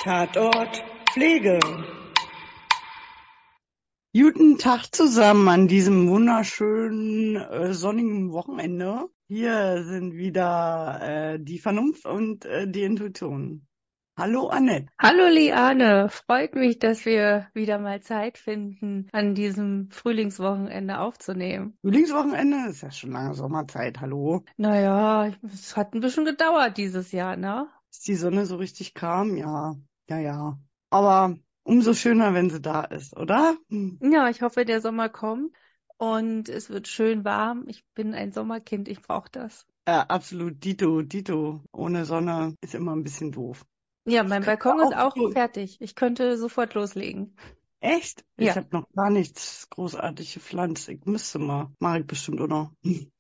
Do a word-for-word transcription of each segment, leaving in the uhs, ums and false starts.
Tatort Pflege. Guten Tag zusammen an diesem wunderschönen äh, sonnigen Wochenende. Hier sind wieder äh, die Vernunft und äh, die Intuition. Hallo Annette. Hallo Liane, freut mich, dass wir wieder mal Zeit finden, an diesem Frühlingswochenende aufzunehmen. Frühlingswochenende ist ja schon lange Sommerzeit. Hallo. Naja, es hat ein bisschen gedauert dieses Jahr, ne? Ist die Sonne so richtig kam? Ja, ja, ja. Aber umso schöner, wenn sie da ist, oder? Hm. Ja, ich hoffe, der Sommer kommt und es wird schön warm. Ich bin ein Sommerkind, ich brauche das. Ja, absolut. Dito, Dito. Ohne Sonne ist immer ein bisschen doof. Ja, mein Könnte Balkon ist auch auch so. fertig. Ich könnte sofort loslegen. Echt? Ich Ja, habe noch gar nichts großartig gepflanzt. Ich müsste mal. Mache ich bestimmt auch noch.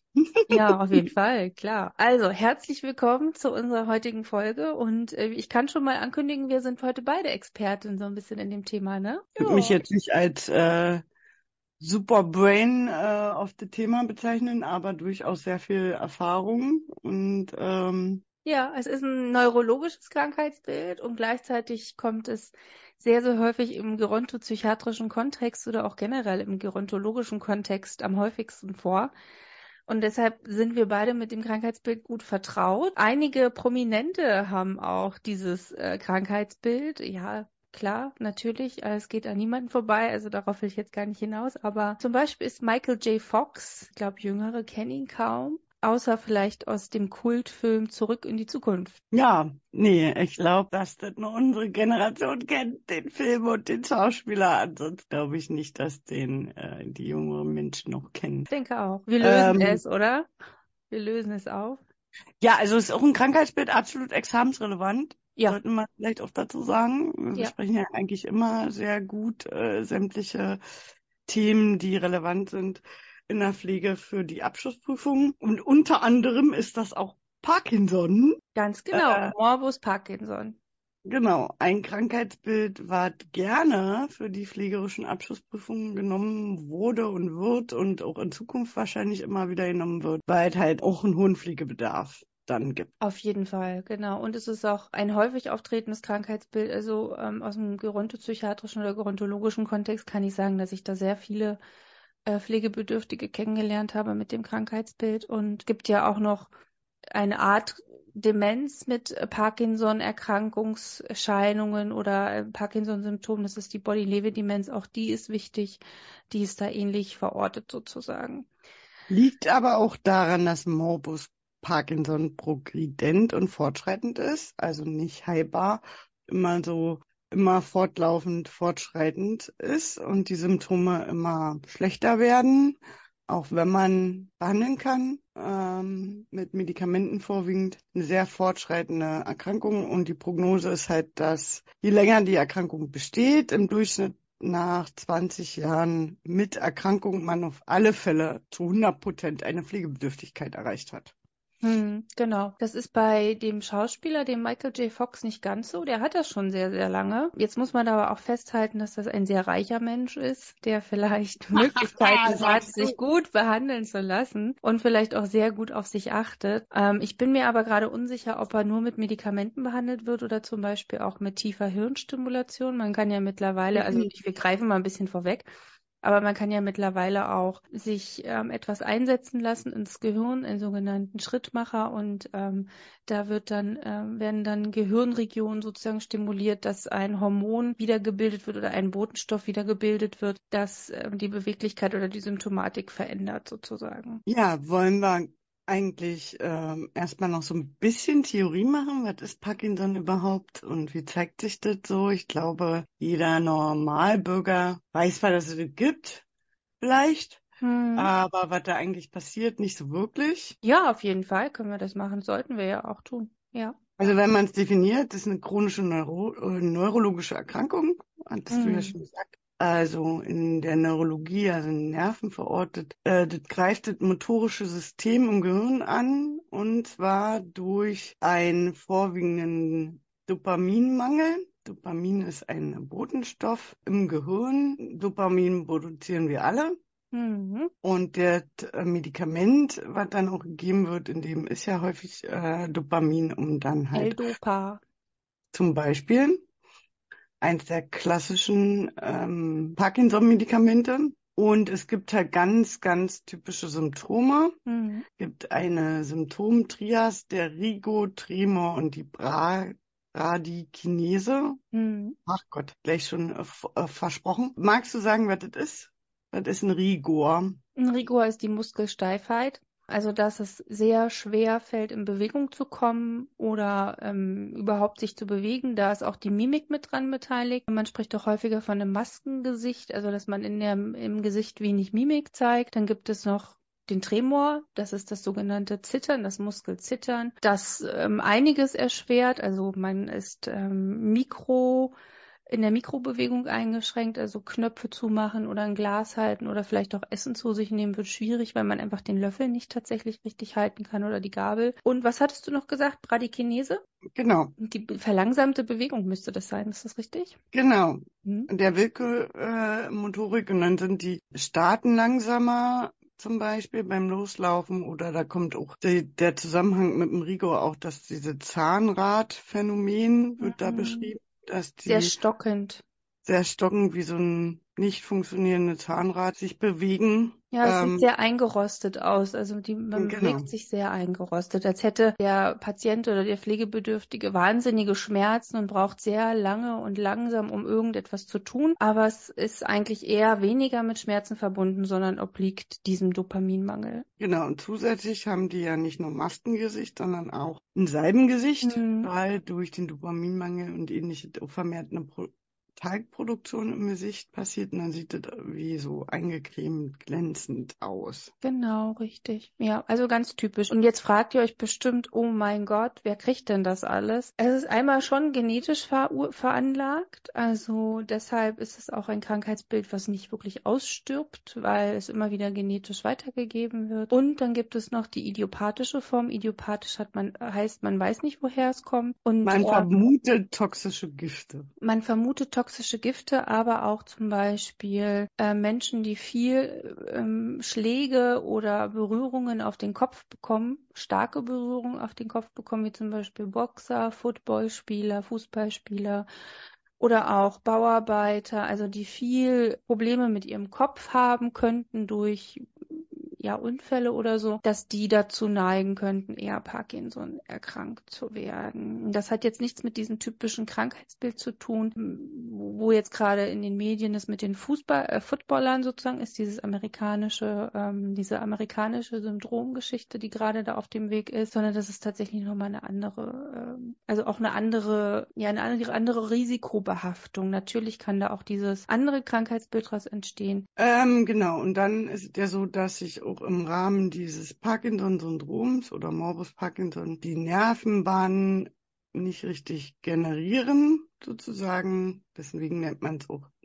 ja, auf jeden Fall, klar. Also, herzlich willkommen zu unserer heutigen Folge und äh, ich kann schon mal ankündigen, wir sind heute beide Experten so ein bisschen in dem Thema, ne? Ich würde mich Ja. jetzt nicht als äh, Superbrain äh, auf das Thema bezeichnen, aber durchaus sehr viel Erfahrung. Und ähm, Ja, es ist ein neurologisches Krankheitsbild und gleichzeitig kommt es sehr, sehr häufig im gerontopsychiatrischen Kontext oder auch generell im gerontologischen Kontext am häufigsten vor. Und deshalb sind wir beide mit dem Krankheitsbild gut vertraut. Einige Prominente haben auch dieses äh, Krankheitsbild. Ja, klar, natürlich, äh, es geht an niemanden vorbei, also darauf will ich jetzt gar nicht hinaus. Aber zum Beispiel ist Michael J. Fox, ich glaube, Jüngere kennen ihn kaum. Außer vielleicht aus dem Kultfilm Zurück in die Zukunft. ja, nee, ich glaube, dass das nur unsere Generation kennt, den Film und den Schauspieler. Ansonsten glaube ich nicht, dass den äh, die jüngeren Menschen noch kennen. Ich denke auch. Wir lösen Ähm, es, oder? Wir lösen es auf. Ja, also ist auch ein Krankheitsbild absolut examensrelevant, Ja, sollten wir vielleicht auch dazu sagen. Wir ja. besprechen ja eigentlich immer sehr gut äh, sämtliche Themen, die relevant sind in der Pflege für die Abschlussprüfung. Und unter anderem ist das auch Parkinson. Ganz genau. Äh, Morbus Parkinson. genau, ein Krankheitsbild, was gerne für die pflegerischen Abschlussprüfungen genommen wurde und wird und auch in Zukunft wahrscheinlich immer wieder genommen wird, weil es halt auch einen hohen Pflegebedarf dann gibt. Auf jeden Fall, genau. Und es ist auch ein häufig auftretendes Krankheitsbild. Also ähm, aus dem gerontopsychiatrischen oder gerontologischen Kontext kann ich sagen, dass ich da sehr viele äh, Pflegebedürftige kennengelernt habe mit dem Krankheitsbild. Und es gibt ja auch noch eine Art Demenz mit äh, Parkinson-Erkrankungserscheinungen oder äh, Parkinson-Symptomen. Das ist die Body-Lewy-Demenz. Auch die ist wichtig. Die ist da ähnlich verortet sozusagen. Liegt aber auch daran, dass Morbus Parkinson progredient und fortschreitend ist, also nicht heilbar, immer so, immer fortlaufend fortschreitend ist und die Symptome immer schlechter werden, auch wenn man behandeln kann, ähm, mit Medikamenten vorwiegend, eine sehr fortschreitende Erkrankung und die Prognose ist halt, dass je länger die Erkrankung besteht, im Durchschnitt nach zwanzig Jahren mit Erkrankung man auf alle Fälle zu hundert Prozent eine Pflegebedürftigkeit erreicht hat. Hm, genau. Das ist bei dem Schauspieler, dem Michael J. Fox, nicht ganz so. Der hat das schon sehr, sehr lange. Jetzt muss man aber auch festhalten, dass das ein sehr reicher Mensch ist, der vielleicht Möglichkeiten hat, Sagst sich du? gut behandeln zu lassen und vielleicht auch sehr gut auf sich achtet. Ähm, ich bin mir aber gerade unsicher, ob er nur mit Medikamenten behandelt wird oder zum Beispiel auch mit tiefer Hirnstimulation. Man kann ja mittlerweile, also ich, wir greifen mal ein bisschen vorweg, aber man kann ja mittlerweile auch sich ähm, etwas einsetzen lassen ins Gehirn, einen sogenannten Schrittmacher. Und ähm, da wird dann, ähm, werden dann Gehirnregionen sozusagen stimuliert, dass ein Hormon wiedergebildet wird oder ein Botenstoff wiedergebildet wird, das ähm, die Beweglichkeit oder die Symptomatik verändert sozusagen. Ja, wollen wir eigentlich ähm, erstmal noch so ein bisschen Theorie machen? Was ist Parkinson überhaupt und wie zeigt sich das so? Ich glaube, jeder Normalbürger weiß zwar, dass es das gibt, vielleicht, Hm. aber was da eigentlich passiert, nicht so wirklich. Ja, auf jeden Fall können wir das machen. Sollten wir ja auch tun. Ja. Also wenn man es definiert, das ist eine chronische Neuro äh, neurologische Erkrankung, hattest du ja Hm. schon gesagt. Also in der Neurologie, also in den Nerven verortet. Äh, das greift das motorische System im Gehirn an und zwar durch einen vorwiegenden Dopaminmangel. Dopamin ist ein Botenstoff im Gehirn. Dopamin produzieren wir alle. Mhm. Und das äh, Medikament, was dann auch gegeben wird, in dem ist ja häufig äh, Dopamin, um dann halt L-Dopa. zum Beispiel eins der klassischen ähm, Parkinson-Medikamente. Und es gibt halt ganz, ganz typische Symptome. Mhm. Es gibt eine Symptomtrias der Rigo, Tremor und die Bra Bradykinese. Mhm. Ach Gott, gleich schon äh, f- äh, versprochen. Magst du sagen, was das ist? Das ist ein Rigor. Ein Rigor ist die Muskelsteifheit, also dass es sehr schwer fällt, in Bewegung zu kommen oder ähm, überhaupt sich zu bewegen. Da ist auch die Mimik mit dran beteiligt. Man spricht doch häufiger von einem Maskengesicht, also dass man in der, im Gesicht wenig Mimik zeigt. Dann gibt es noch den Tremor, das ist das sogenannte Zittern, das Muskelzittern, das ähm, einiges erschwert. Also man ist ähm, mikro in der Mikrobewegung eingeschränkt, also Knöpfe zumachen oder ein Glas halten oder vielleicht auch Essen zu sich nehmen, wird schwierig, weil man einfach den Löffel nicht tatsächlich richtig halten kann oder die Gabel. Und was hattest du noch gesagt? Bradykinese? Genau, Die be- verlangsamte Bewegung müsste das sein, ist das richtig? genau. Hm? Der Willkürmotorik äh, Motorik, und dann sind die Starten langsamer, zum Beispiel beim Loslaufen, oder da kommt auch die, der Zusammenhang mit dem Rigor auch, dass diese Zahnradphänomen wird da Mhm. beschrieben, dass Sehr die stockend. sehr stockend wie so ein nicht funktionierendes Zahnrad sich bewegen. Ja, es sieht Ähm, sehr eingerostet aus. Also die, man genau, bewegt sich sehr eingerostet, als hätte der Patient oder der Pflegebedürftige wahnsinnige Schmerzen und braucht sehr lange und langsam, um irgendetwas zu tun. Aber es ist eigentlich eher weniger mit Schmerzen verbunden, sondern obliegt diesem Dopaminmangel. genau. Und zusätzlich haben die ja nicht nur Maskengesicht, sondern auch ein Salbengesicht, Mhm. weil durch den Dopaminmangel und ähnliche vermehrt eine Pro Talgproduktion im Gesicht passiert, und dann sieht das wie so eingecremt glänzend aus. Genau, richtig. Ja, also ganz typisch. Und jetzt fragt ihr euch bestimmt, oh mein Gott, wer kriegt denn das alles? Es ist einmal schon genetisch verur- veranlagt, also deshalb ist es auch ein Krankheitsbild, was nicht wirklich ausstirbt, weil es immer wieder genetisch weitergegeben wird. Und dann gibt es noch die idiopathische Form. Idiopathisch hat man, heißt, man weiß nicht, woher es kommt. Und Man äh, vermutet toxische Gifte. man vermutet toxische Gifte, aber auch zum Beispiel äh, Menschen, die viel ähm, Schläge oder Berührungen auf den Kopf bekommen, starke Berührungen auf den Kopf bekommen, wie zum Beispiel Boxer, Footballspieler, Fußballspieler oder auch Bauarbeiter, also die viel Probleme mit ihrem Kopf haben könnten durch ja Unfälle oder so, dass die dazu neigen könnten, eher Parkinson erkrankt zu werden. Das hat jetzt nichts mit diesem typischen Krankheitsbild zu tun, wo jetzt gerade in den Medien ist mit den Fußball, äh, Footballern sozusagen ist dieses amerikanische, ähm, diese amerikanische Syndromgeschichte, die gerade da auf dem Weg ist, sondern das ist tatsächlich nochmal eine andere, ähm, also auch eine andere, ja eine andere, andere Risikobehaftung. Natürlich kann da auch dieses andere Krankheitsbild daraus entstehen. Ähm, genau, und dann ist es ja so, dass sich auch im Rahmen dieses Parkinson-Syndroms oder Morbus Parkinson die Nervenbahnen nicht richtig generieren, sozusagen. Deswegen nennt man es auch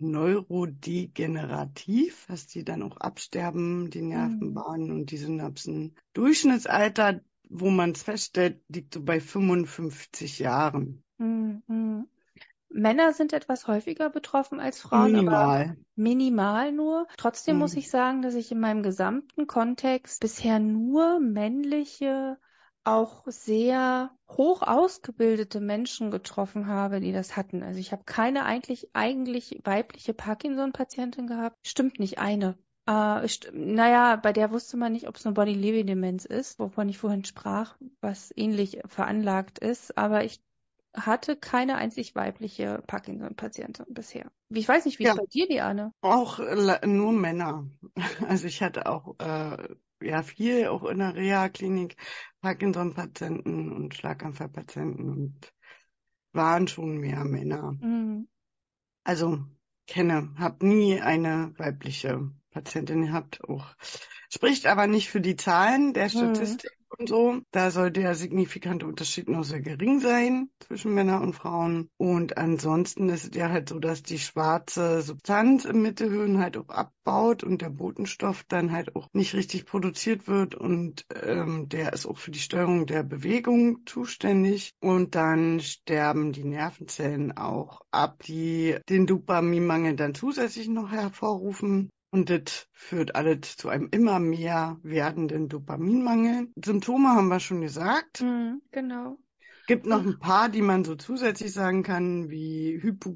neurodegenerativ, dass die dann auch absterben, die Mhm. Nervenbahnen und die Synapsen. Durchschnittsalter, wo man es feststellt, liegt so bei fünfundfünfzig Jahren. Mhm. Mhm. Männer sind etwas häufiger betroffen als Frauen, aber Minimal. minimal nur. Trotzdem muss ich Mhm. sagen, dass ich in meinem gesamten Kontext bisher nur männliche, auch sehr hoch ausgebildete Menschen getroffen habe, die das hatten. Also ich habe keine eigentlich, eigentlich weibliche Parkinson-Patientin gehabt. Stimmt nicht, eine. Äh, st naja, bei der wusste man nicht, ob es eine Body-Lewy-Demenz ist, wovon ich vorhin sprach, was ähnlich veranlagt ist. Aber ich hatte keine einzig weibliche Parkinson-Patientin bisher. Ich weiß nicht, wie ist Ja, bei dir, Diane? auch la- nur Männer. Also ich hatte auch äh, ja viel auch in der Reha-Klinik Parkinson-Patienten und Schlaganfall-Patienten, und waren schon mehr Männer. Mhm. Also kenne, habe nie eine weibliche Patientin gehabt. Auch spricht aber nicht für die Zahlen der Mhm. Statistik und so. Da soll der signifikante Unterschied noch sehr gering sein zwischen Männern und Frauen. Und ansonsten ist es ja halt so, dass die schwarze Substanz im Mittelhirn halt auch abbaut und der Botenstoff dann halt auch nicht richtig produziert wird, und ähm, der ist auch für die Steuerung der Bewegung zuständig, und dann sterben die Nervenzellen auch ab, die den Dopaminmangel dann zusätzlich noch hervorrufen. Und das führt alles zu einem immer mehr werdenden Dopaminmangel. Symptome haben wir schon gesagt. Mhm. Genau. gibt noch ein paar, die man so zusätzlich sagen kann, wie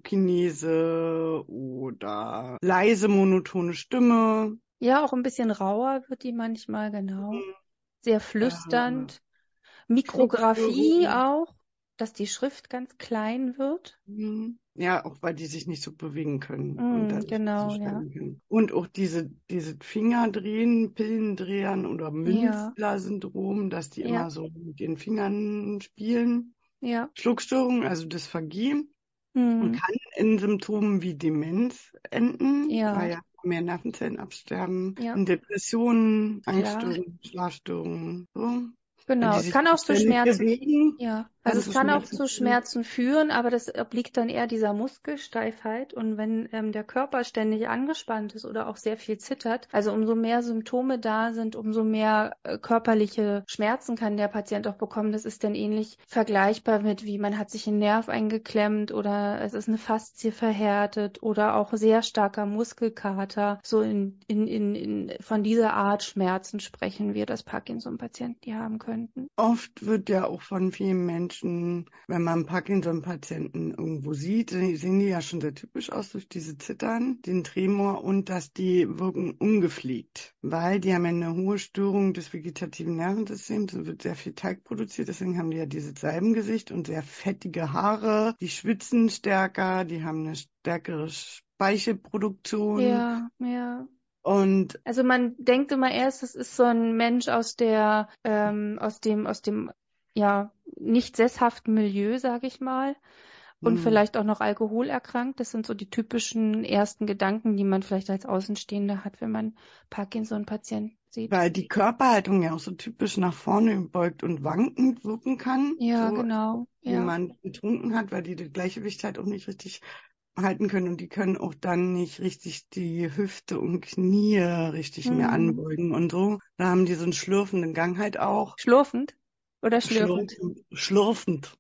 Hypokinese oder leise monotone Stimme. Ja, auch ein bisschen rauer wird die manchmal, genau. Sehr Äh, flüsternd. Mikrographie Schluckstörungen. auch, dass die Schrift ganz klein wird. Mhm. Ja, auch weil die sich nicht so bewegen können und Mm, dadurch nicht so genau, ja. schreiben können. Und auch diese, diese Fingerdrehen, Pillendrehern oder Ja, Münzler-Syndrom, dass die ja, immer so mit den Fingern spielen. ja. Schluckstörungen, also Dysphagie, und Mm, kann in Symptomen wie Demenz enden, weil ja, ja mehr Nervenzellen absterben, ja, in Depressionen, klar. Angststörungen, Schlafstörungen, so. Wenn Genau. die Es sich kann auch zu ständig Schmerzen, bewegen, ja. Also kann es zu kann auch Schmerzen zu führen. Schmerzen führen, aber das obliegt dann eher dieser Muskelsteifheit. Und wenn ähm, der Körper ständig angespannt ist oder auch sehr viel zittert, also umso mehr Symptome da sind, umso mehr äh, körperliche Schmerzen kann der Patient auch bekommen. Das ist dann ähnlich vergleichbar mit, wie man hat sich einen Nerv eingeklemmt oder es ist eine Faszie verhärtet oder auch sehr starker Muskelkater. So in, in, in, in von dieser Art Schmerzen sprechen wir, dass Parkinson-Patienten die haben könnten. Oft wird ja auch von vielen Menschen, wenn man Parkinson-Patienten irgendwo sieht, die sehen die ja schon sehr typisch aus durch diese Zittern, den Tremor und dass die wirken ungepflegt, weil die haben ja eine hohe Störung des vegetativen Nervensystems, es wird sehr viel Teig produziert, deswegen haben die ja dieses Salbengesicht und sehr fettige Haare, die schwitzen stärker, die haben eine stärkere Speichelproduktion Ja, ja. und Also man denkt immer erst, es ist so ein Mensch aus der, ähm, aus dem, aus dem, ja, nicht sesshaften Milieu, sage ich mal. Und hm, vielleicht auch noch alkoholerkrankt. Das sind so die typischen ersten Gedanken, die man vielleicht als Außenstehender hat, wenn man Parkinson-Patienten sieht. weil die Körperhaltung ja auch so typisch nach vorne gebeugt und wankend wirken kann, Ja, so genau. wie Ja. jemand getrunken hat, weil die das Gleichgewicht halt auch nicht richtig halten können und die können auch dann nicht richtig die Hüfte und Knie richtig mehr Hm. anbeugen und so. Da haben die so einen schlürfenden Gang halt auch. Schlurfend oder schlürfend? Schlurfend. Schlurfend.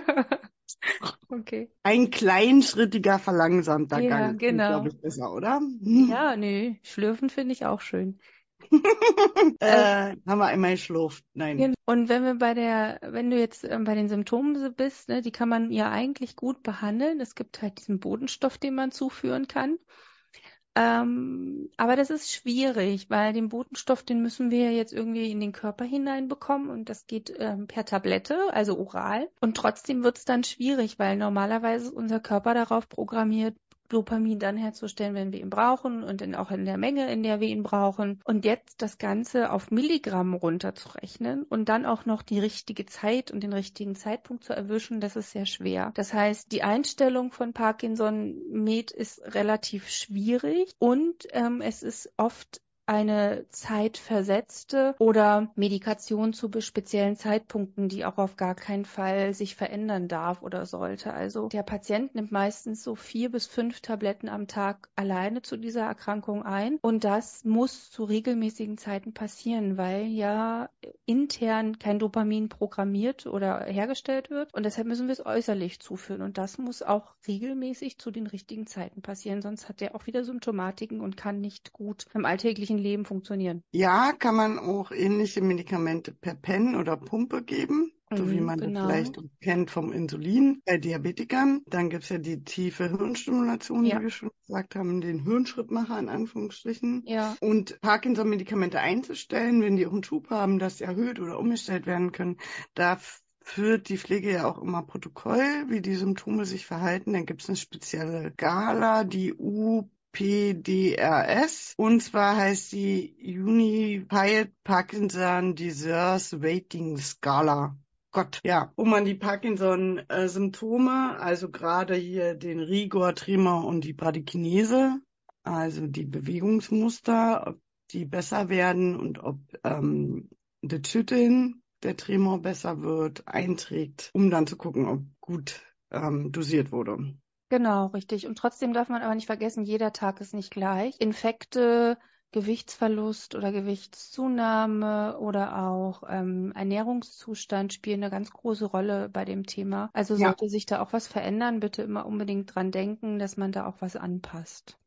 Okay. Ein kleinschrittiger, verlangsamter Ja, Gang. Klingt, glaube genau. ich, besser, oder? Ja, nö, schlürfend finde ich auch schön. Äh, äh, haben wir einmal geschlurft. Nein. Gen- Und wenn wir bei der, wenn du jetzt ähm, bei den Symptomen so bist, ne, die kann man ja eigentlich gut behandeln. Es gibt halt diesen Botenstoff, den man zuführen kann. Ähm, aber das ist schwierig, weil den Botenstoff, den müssen wir ja jetzt irgendwie in den Körper hineinbekommen und das geht ähm, per Tablette, also oral. Und trotzdem wird es dann schwierig, weil normalerweise ist unser Körper darauf programmiert, Dopamin dann herzustellen, wenn wir ihn brauchen und dann auch in der Menge, in der wir ihn brauchen. Und jetzt das Ganze auf Milligramm runterzurechnen und dann auch noch die richtige Zeit und den richtigen Zeitpunkt zu erwischen, das ist sehr schwer. Das heißt, die Einstellung von Parkinson-Med ist relativ schwierig und ähm, es ist oft eine zeitversetzte oder Medikation zu speziellen Zeitpunkten, die auch auf gar keinen Fall sich verändern darf oder sollte. Also der Patient nimmt meistens so vier bis fünf Tabletten am Tag alleine zu dieser Erkrankung ein und das muss zu regelmäßigen Zeiten passieren, weil ja intern kein Dopamin programmiert oder hergestellt wird und deshalb müssen wir es äußerlich zuführen und das muss auch regelmäßig zu den richtigen Zeiten passieren, sonst hat er auch wieder Symptomatiken und kann nicht gut im alltäglichen Leben funktionieren. Ja, kann man auch ähnliche Medikamente per Pen oder Pumpe geben, so wie Mhm, man das genau. vielleicht auch kennt vom Insulin bei Diabetikern. Dann gibt's ja die tiefe Hirnstimulation, wie Ja, wir schon gesagt haben, den Hirnschrittmacher in Anführungsstrichen. ja, Und Parkinson-Medikamente einzustellen, wenn die auch einen Schub haben, dass sie erhöht oder umgestellt werden können, da führt die Pflege ja auch immer Protokoll, wie die Symptome sich verhalten. Dann gibt's eine spezielle Skala, die U P D R S. Und zwar heißt die Unified Parkinson Disease Rating Scala. Gott, ja, wo man die Parkinson-Symptome, also gerade hier den Rigor, Tremor und die Bradykinese, also die Bewegungsmuster, ob die besser werden und ob ähm, das Schütteln der Tremor besser wird, einträgt, um dann zu gucken, ob gut ähm, dosiert wurde. genau, richtig. Und trotzdem darf man aber nicht vergessen, jeder Tag ist nicht gleich. Infekte, Gewichtsverlust oder Gewichtszunahme oder auch ähm, Ernährungszustand spielen eine ganz große Rolle bei dem Thema. Also Ja, sollte sich da auch was verändern, bitte immer unbedingt dran denken, dass man da auch was anpasst.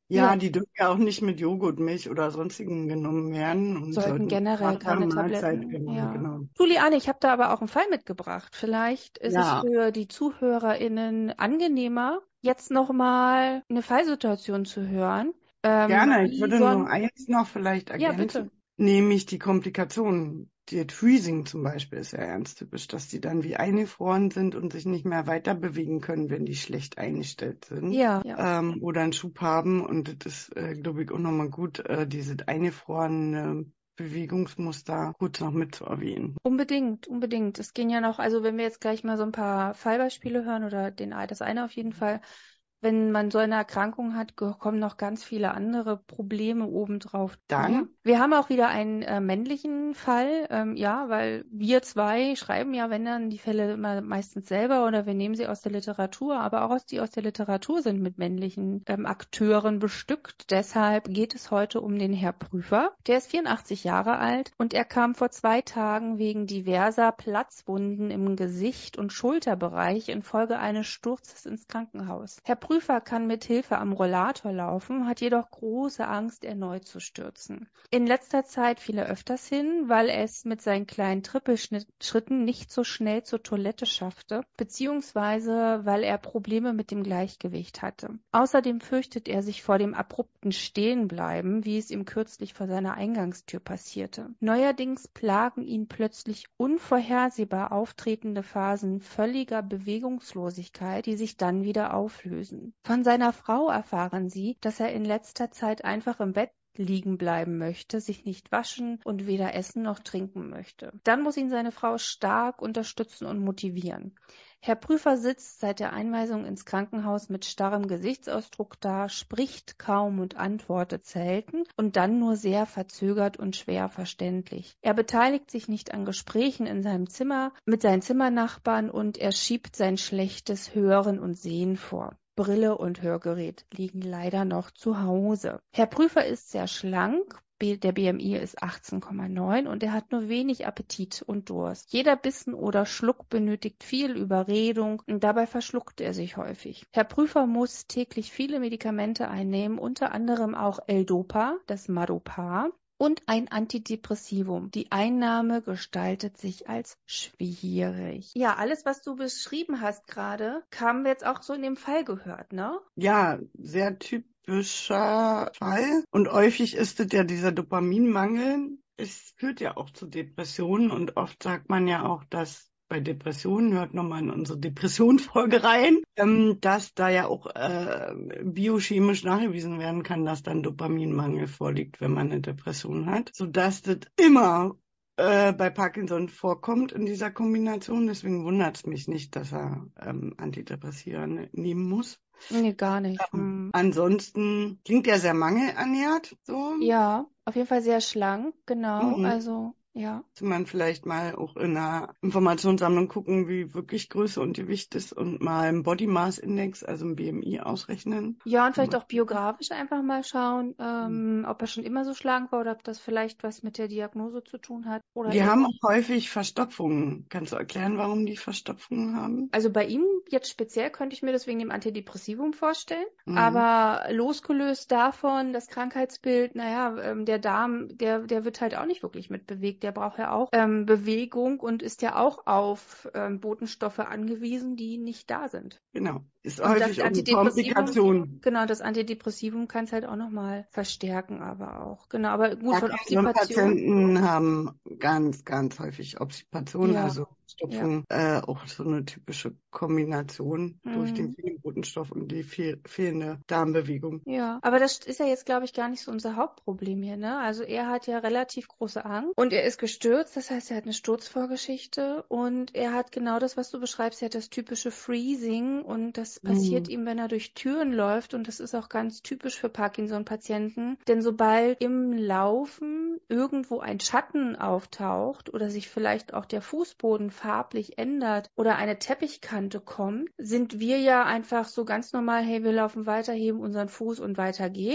Ja, Ja, die dürfen ja auch nicht mit Joghurt, Milch oder sonstigem genommen werden und sollten sollten generell nach der keine Mahlzeit, Tabletten. genau, Ja. genau. Juliane, ich habe da aber auch einen Fall mitgebracht. Vielleicht ist es Ja, für die ZuhörerInnen angenehmer, jetzt nochmal eine Fallsituation zu hören. Ähm, gerne. Ich wie würde so nur ein, eins noch vielleicht ja, bitte. ergänzen, nämlich die Komplikationen. Die Freezing zum Beispiel ist ja ganz typisch, dass die dann wie eingefroren sind und sich nicht mehr weiter bewegen können, wenn die schlecht eingestellt sind. Ja, ja. Ähm, oder einen Schub haben. Und das ist, äh, glaube ich, auch nochmal gut, äh, diese eingefrorene Bewegungsmuster kurz noch mit zu erwähnen. Unbedingt, unbedingt. Es gehen ja noch, also wenn wir jetzt gleich mal so ein paar Fallbeispiele hören oder den, das eine auf jeden Fall, wenn man so eine Erkrankung hat, ge- kommen noch ganz viele andere Probleme obendrauf. Ja, Dann, wir haben auch wieder einen äh, männlichen Fall, ähm, ja, weil wir zwei schreiben ja, wenn dann die Fälle immer meistens selber oder wir nehmen sie aus der Literatur, aber auch aus die aus der Literatur sind mit männlichen ähm, Akteuren bestückt. Deshalb geht es heute um den Herr Prüfer. Der ist vierundachtzig Jahre alt und er kam vor zwei Tagen wegen diverser Platzwunden im Gesicht und Schulterbereich infolge eines Sturzes ins Krankenhaus. Herr Prüfer kann mit Hilfe am Rollator laufen, hat jedoch große Angst, erneut zu stürzen. In letzter Zeit fiel er öfters hin, weil er es mit seinen kleinen Trippelschritten nicht so schnell zur Toilette schaffte, beziehungsweise weil er Probleme mit dem Gleichgewicht hatte. Außerdem fürchtet er sich vor dem abrupten Stehenbleiben, wie es ihm kürzlich vor seiner Eingangstür passierte. Neuerdings plagen ihn plötzlich unvorhersehbar auftretende Phasen völliger Bewegungslosigkeit, die sich dann wieder auflösen. Von seiner Frau erfahren sie, dass er in letzter Zeit einfach im Bett liegen bleiben möchte, sich nicht waschen und weder essen noch trinken möchte. Dann muss ihn seine Frau stark unterstützen und motivieren. Herr Prüfer sitzt seit der Einweisung ins Krankenhaus mit starrem Gesichtsausdruck da, spricht kaum und antwortet selten und dann nur sehr verzögert und schwer verständlich. Er beteiligt sich nicht an Gesprächen in seinem Zimmer mit seinen Zimmernachbarn und er schiebt sein schlechtes Hören und Sehen vor. Brille und Hörgerät liegen leider noch zu Hause. Herr Prüfer ist sehr schlank. Der B M I ist achtzehn Komma neun und er hat nur wenig Appetit und Durst. Jeder Bissen oder Schluck benötigt viel Überredung und dabei verschluckt er sich häufig. Herr Prüfer muss täglich viele Medikamente einnehmen, unter anderem auch L-Dopa, das Madopar, und ein Antidepressivum. Die Einnahme gestaltet sich als schwierig. Ja, alles, was du beschrieben hast gerade, haben wir jetzt auch so in dem Fall gehört, ne? ja, sehr typischer Fall. Und häufig ist es ja dieser Dopaminmangel. Es führt ja auch zu Depressionen und oft sagt man ja auch, dass bei Depressionen, hört nochmal in unsere Depressionsfolge rein, ähm, dass da ja auch äh, biochemisch nachgewiesen werden kann, dass dann Dopaminmangel vorliegt, wenn man eine Depression hat, sodass das immer äh, bei Parkinson vorkommt in dieser Kombination. Deswegen wundert es mich nicht, dass er ähm, Antidepressiva ne- nehmen muss. Nee, gar nicht. Ähm, Hm. ansonsten klingt er sehr mangelernährt, so. Ja, auf jeden Fall sehr schlank, genau. Mhm. Also, ja. Sollte man vielleicht mal auch in einer Informationssammlung gucken, wie wirklich Größe und Gewicht ist und mal einen Body Mass Index, also ein B M I ausrechnen. Ja, und vielleicht Mal auch biografisch einfach mal schauen, gucken. ähm, ob er schon immer so schlank war oder ob das vielleicht was mit der Diagnose zu tun hat oder Die haben irgend. auch häufig Verstopfungen. Kannst du erklären, warum die Verstopfungen haben? Also bei ihm jetzt speziell könnte ich mir das wegen dem Antidepressivum vorstellen. Mhm. Aber losgelöst davon, das Krankheitsbild, naja, ähm, der Darm, der, der wird halt auch nicht wirklich mitbewegt. Der braucht ja auch ähm, Bewegung und ist ja auch auf ähm, Botenstoffe angewiesen, die nicht da sind. Genau. Ist Und das häufig auch eine Antidepressivum, Komplikation. genau, das Antidepressivum kann es halt auch nochmal verstärken, aber auch. Genau, aber gut, von Obstipation. Parkinson-Patienten haben ganz, ganz häufig Obstipation, Ja, also ja. Stopfung, äh, auch so eine typische Kombination durch den Mhm. vielen Botenstoff und die fehl fehlende Darmbewegung. Ja, aber das ist ja jetzt, glaube ich, gar nicht so unser Hauptproblem hier, ne? Also er hat ja relativ große Angst und er ist gestürzt, das heißt, er hat eine Sturzvorgeschichte und er hat genau das, was du beschreibst, er hat das typische Freezing und das passiert Mhm. ihm, wenn er durch Türen läuft und das ist auch ganz typisch für Parkinson-Patienten, denn sobald im Laufen irgendwo ein Schatten auftaucht oder sich vielleicht auch der Fußboden farblich ändert oder eine Teppichkante kommt, sind wir ja einfach so ganz normal, hey, wir laufen weiter, heben unseren Fuß und weiter geht's.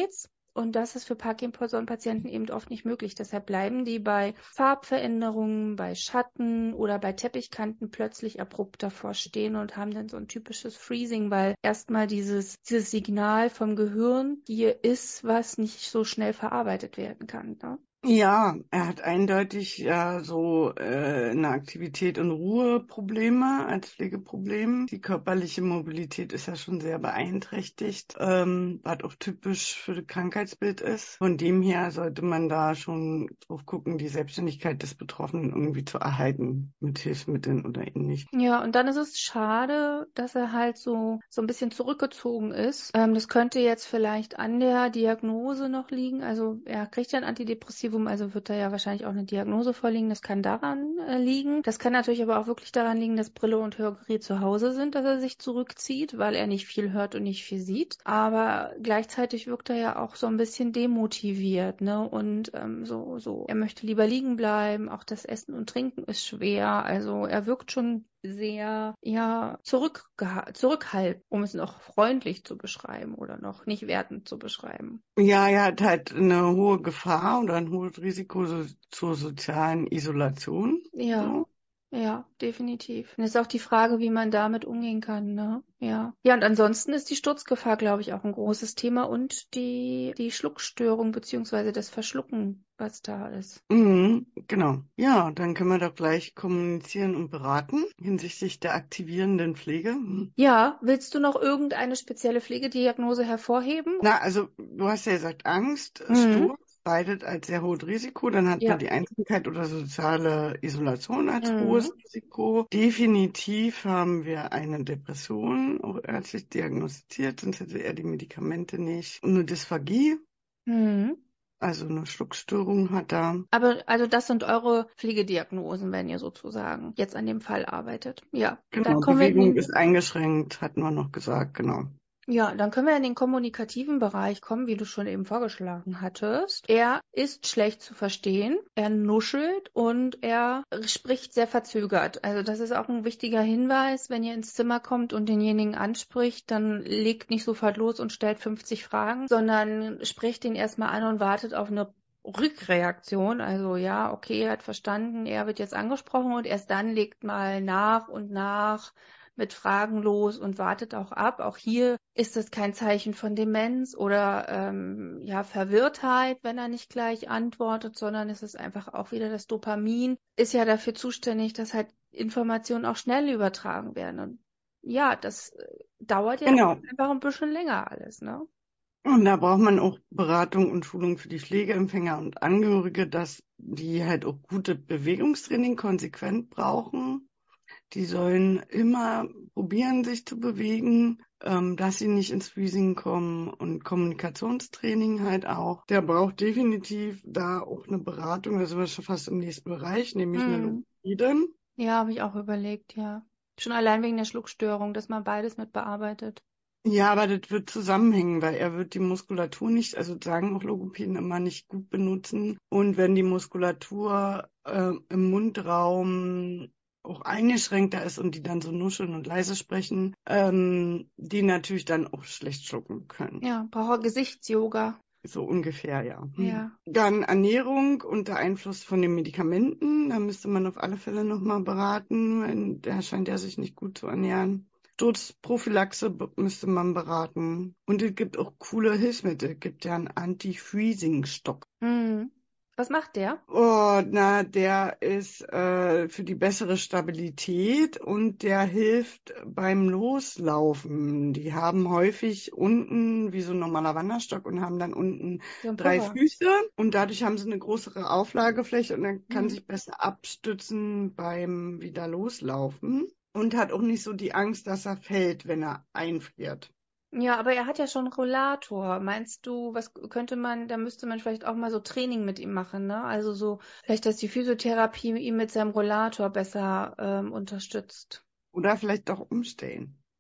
Und das ist für Parkinson-Patienten eben oft nicht möglich. Deshalb bleiben die bei Farbveränderungen, bei Schatten oder bei Teppichkanten plötzlich abrupt davor stehen und haben dann so ein typisches Freezing, weil erstmal dieses, dieses Signal vom Gehirn, hier ist was, nicht so schnell verarbeitet werden kann. Ne? Ja, er hat eindeutig ja so äh, eine Aktivität- und Ruheprobleme als Pflegeproblem. Die körperliche Mobilität ist ja schon sehr beeinträchtigt, ähm, was auch typisch für das Krankheitsbild ist. Von dem her sollte man da schon drauf gucken, die Selbstständigkeit des Betroffenen irgendwie zu erhalten mit Hilfsmitteln oder ähnlich. Ja, und dann ist es schade, dass er halt so, so ein bisschen zurückgezogen ist. Ähm, das könnte jetzt vielleicht an der Diagnose noch liegen. Also er kriegt ja ein Antidepressivum, also wird da ja wahrscheinlich auch eine Diagnose vorliegen. Das kann daran äh, liegen. Das kann natürlich aber auch wirklich daran liegen, dass Brille und Hörgerät zu Hause sind, dass er sich zurückzieht, weil er nicht viel hört und nicht viel sieht. Aber gleichzeitig wirkt er ja auch so ein bisschen demotiviert, ne? Und ähm, so, so, er möchte lieber liegen bleiben. Auch das Essen und Trinken ist schwer. Also er wirkt schon sehr, ja, zurückgeha- zurückhaltend, um es noch freundlich zu beschreiben oder noch nicht wertend zu beschreiben. Ja, er hat halt eine hohe Gefahr oder ein hohes Risiko so, zur sozialen Isolation. Ja, So. ja, definitiv. Und es ist auch die Frage, wie man damit umgehen kann, ne? Ja. Ja, und ansonsten ist die Sturzgefahr, glaube ich, auch ein großes Thema und die, die Schluckstörung beziehungsweise das Verschlucken, was da ist. Mhm, genau. Ja, dann können wir doch gleich kommunizieren und beraten hinsichtlich der aktivierenden Pflege. Mhm. Ja, willst du noch irgendeine spezielle Pflegediagnose hervorheben? Na, also du hast ja gesagt, Angst, Mhm. Sturz, beides als sehr hohes Risiko. Dann hat man Ja. die Einsamkeit oder soziale Isolation als Mhm. hohes Risiko. Definitiv haben wir eine Depression, auch ärztlich diagnostiziert, sonst hätte er die Medikamente nicht. Und eine Dysphagie, Mhm. also eine Schluckstörung hat er. Aber also das sind eure Pflegediagnosen, wenn ihr sozusagen jetzt an dem Fall arbeitet. Ja, dann Genau, kommen wir in Bewegung den, ist eingeschränkt, hatten wir noch gesagt, genau. ja, dann können wir in den kommunikativen Bereich kommen, wie du schon eben vorgeschlagen hattest. Er ist schlecht zu verstehen, er nuschelt und er spricht sehr verzögert. Also das ist auch ein wichtiger Hinweis, wenn ihr ins Zimmer kommt und denjenigen anspricht, dann legt nicht sofort los und stellt fünfzig Fragen, sondern spricht ihn erstmal an und wartet auf eine Rückreaktion, also ja, okay, er hat verstanden, er wird jetzt angesprochen und erst dann legt mal nach und nach mit Fragen los und wartet auch ab. Auch hier ist es kein Zeichen von Demenz oder ähm, ja, Verwirrtheit, wenn er nicht gleich antwortet, sondern es ist einfach auch wieder das Dopamin, ist ja dafür zuständig, dass halt Informationen auch schnell übertragen werden. Und ja, das äh, dauert ja Genau. einfach ein bisschen länger alles, ne? Und da braucht man auch Beratung und Schulung für die Pflegeempfänger und Angehörige, dass die halt auch gute Bewegungstraining konsequent brauchen. Die sollen immer probieren, sich zu bewegen, ähm, dass sie nicht ins Freezing kommen und Kommunikationstraining halt auch. Der braucht definitiv da auch eine Beratung, da sind wir schon fast im nächsten Bereich, nämlich eine Hm. Logopädin. Ja, habe ich auch überlegt, ja. Schon allein wegen der Schluckstörung, dass man beides mit bearbeitet. Ja, aber das wird zusammenhängen, weil er wird die Muskulatur nicht, also sagen auch Logopäden immer nicht gut benutzen. Und wenn die Muskulatur äh, im Mundraum auch eingeschränkter ist und die dann so nuscheln und leise sprechen, ähm, die natürlich dann auch schlecht schlucken können. Ja, braucht er Gesichtsyoga. So ungefähr, ja. Hm. Ja. Dann Ernährung unter Einfluss von den Medikamenten. Da müsste man auf alle Fälle nochmal beraten, weil der scheint ja sich nicht gut zu ernähren. Sturzprophylaxe b- müsste man beraten. Und es gibt auch coole Hilfsmittel. Es gibt ja einen Anti-Freezing-Stock. Hm. Was macht der? Oh, na, der ist äh, für die bessere Stabilität und der hilft beim Loslaufen. Die haben häufig unten, wie so ein normaler Wanderstock, und haben dann unten So ein drei Puffer. Füße und dadurch haben sie eine größere Auflagefläche und dann kann Hm. sich besser abstützen beim wieder loslaufen und hat auch nicht so die Angst, dass er fällt, wenn er einfriert. Ja, aber er hat ja schon einen Rollator. Meinst du, was könnte man, da müsste man vielleicht auch mal so Training mit ihm machen, ne? Also so, vielleicht, dass die Physiotherapie ihn mit seinem Rollator besser ähm, unterstützt. Oder vielleicht doch umstellen.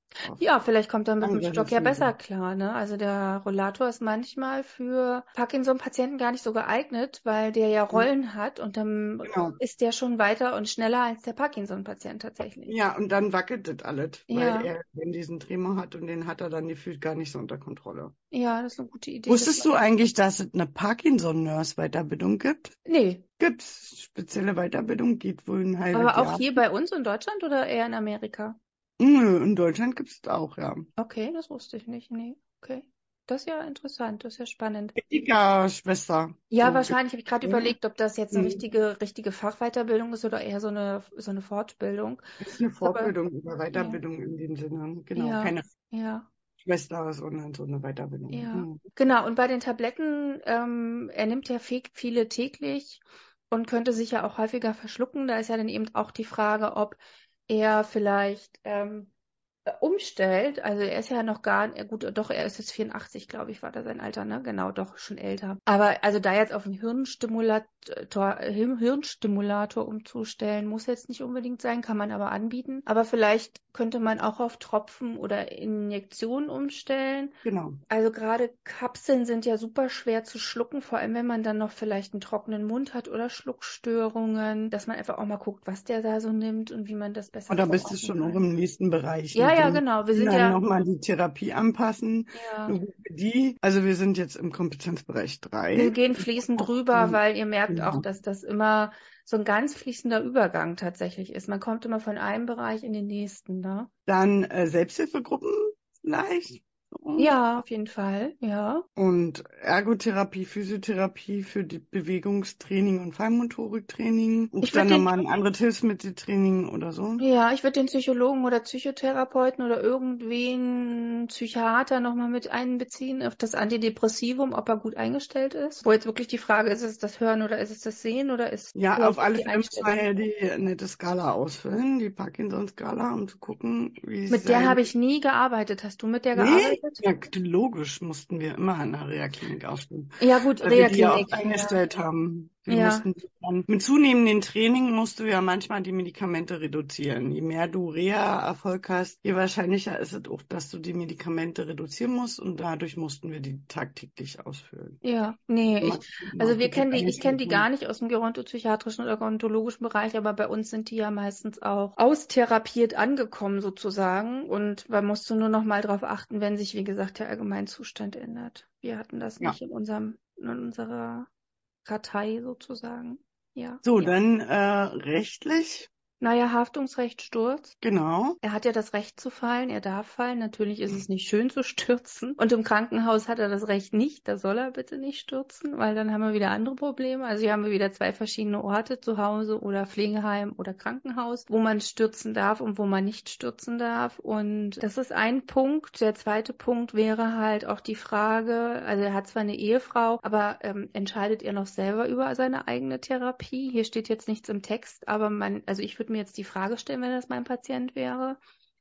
auf Ja, vielleicht kommt er mit dem andere Stock ja Hilfsmittel. besser klar, ne? Also der Rollator ist manchmal für Parkinson-Patienten gar nicht so geeignet, weil der ja Rollen hat und dann Genau. ist der schon weiter und schneller als der Parkinson-Patient tatsächlich. Ja, und dann wackelt das alles, weil Ja, er eben diesen Tremor hat und den hat er dann gefühlt gar nicht so unter Kontrolle. ja, das ist eine gute Idee. Das Wusstest mache du ich. eigentlich, dass es eine Parkinson-Nurse-Weiterbildung gibt? Nee, Gibt's spezielle Weiterbildung, geht wohl ein halbes aber auch Jahr. hier bei uns in Deutschland oder eher in Amerika? Nö, in Deutschland gibt's es auch, ja. Okay, das wusste ich nicht. Nee, okay. Das ist ja interessant, das ist ja spannend. Ethika-Schwester, Ja, so wahrscheinlich habe ich gerade gibt's. überlegt, ob das jetzt eine Hm. richtige, richtige Fachweiterbildung ist oder eher so eine, so eine Fortbildung. Das ist eine Aber Fortbildung über ja, Weiterbildung in dem Sinne. Genau, ja, keine ja, Schwester, sondern so eine Weiterbildung. ja. Hm. Genau, und bei den Tabletten, ähm, er nimmt ja fe- viele täglich und könnte sich ja auch häufiger verschlucken. Da ist ja dann eben auch die Frage, ob er vielleicht ähm, äh, umstellt. Also er ist ja noch gar, äh, gut, doch, er ist jetzt vierundachtzig, glaube ich, war da sein Alter, ne? Genau, doch, schon älter. Aber also da jetzt auf einen Hirnstimulator, Hirn- Hirnstimulator umzustellen, muss jetzt nicht unbedingt sein, kann man aber anbieten. Aber vielleicht könnte man auch auf Tropfen oder Injektionen umstellen. Genau. Also gerade Kapseln sind ja super schwer zu schlucken, vor allem wenn man dann noch vielleicht einen trockenen Mund hat oder Schluckstörungen, dass man einfach auch mal guckt, was der da so nimmt und wie man das besser Und da bist du verorten schon auch kann. im nächsten Bereich Ja, mit ja, dem genau. Wir sind dann ja, nochmal die Therapie anpassen. ja, Nur für die, also wir sind jetzt im Kompetenzbereich wir drei. gehen fließend drüber, weil ihr merkt auch, Genau. dass das immer so ein ganz fließender Übergang tatsächlich ist. Man kommt immer von einem Bereich in den nächsten, ne? Dann äh, Selbsthilfegruppen vielleicht. So. Ja, auf jeden Fall, ja. Und Ergotherapie, Physiotherapie für die Bewegungstraining und Feinmotoriktraining. Und Ich würde dann den nochmal ein anderes Hilfsmitteltraining oder so. Ja, ich würde den Psychologen oder Psychotherapeuten oder irgendwen Psychiater nochmal mit einbeziehen auf das Antidepressivum, ob er gut eingestellt ist. Wo jetzt wirklich die Frage ist, ist es das Hören oder ist es das Sehen oder ist Ja, auf vielleicht auch alle die Fälle müssen wir Einstellung? ja die nette Skala ausfüllen, die Parkinson-Skala, um zu gucken, wie Mit der sein. habe ich nie gearbeitet. Hast du mit der Nee? gearbeitet? Ja, logisch mussten wir immer in der Reha-Klinik ausfüllen, Ja, gut, weil wir die ja Reha-Klinik. oft Ja. eingestellt haben. Wir Ja, mussten die dann, mit zunehmendem Training musst du ja manchmal die Medikamente reduzieren. Je mehr du Reha-Erfolg hast, je wahrscheinlicher ist es auch, dass du die Medikamente reduzieren musst und dadurch mussten wir die tagtäglich ausfüllen. ja. Nee, ich, Mal gucken, also ob wir wir das kennen die, ich kenne eingestellt die haben. gar nicht aus dem gerontopsychiatrischen oder gerontologischen Bereich, aber bei uns sind die ja meistens auch austherapiert angekommen sozusagen. Und man musste nur noch mal drauf achten, wenn sich, wie gesagt, der Allgemeinzustand ändert. Wir hatten das Ja. nicht in unserem, in unserer Kartei sozusagen. Ja, So, ja. dann äh, rechtlich, Naja, Haftungsrecht Sturz. genau. Er hat ja das Recht zu fallen, er darf fallen. Natürlich ist es nicht schön zu stürzen. Und im Krankenhaus hat er das Recht nicht. Da soll er bitte nicht stürzen, weil dann haben wir wieder andere Probleme. Also hier haben wir wieder zwei verschiedene Orte, zu Hause oder Pflegeheim oder Krankenhaus, wo man stürzen darf und wo man nicht stürzen darf. Und das ist ein Punkt. Der zweite Punkt wäre halt auch die Frage, also er hat zwar eine Ehefrau, aber ähm, entscheidet er noch selber über seine eigene Therapie? Hier steht jetzt nichts im Text, aber man, also ich würde mir jetzt die Frage stellen, wenn das mein Patient wäre.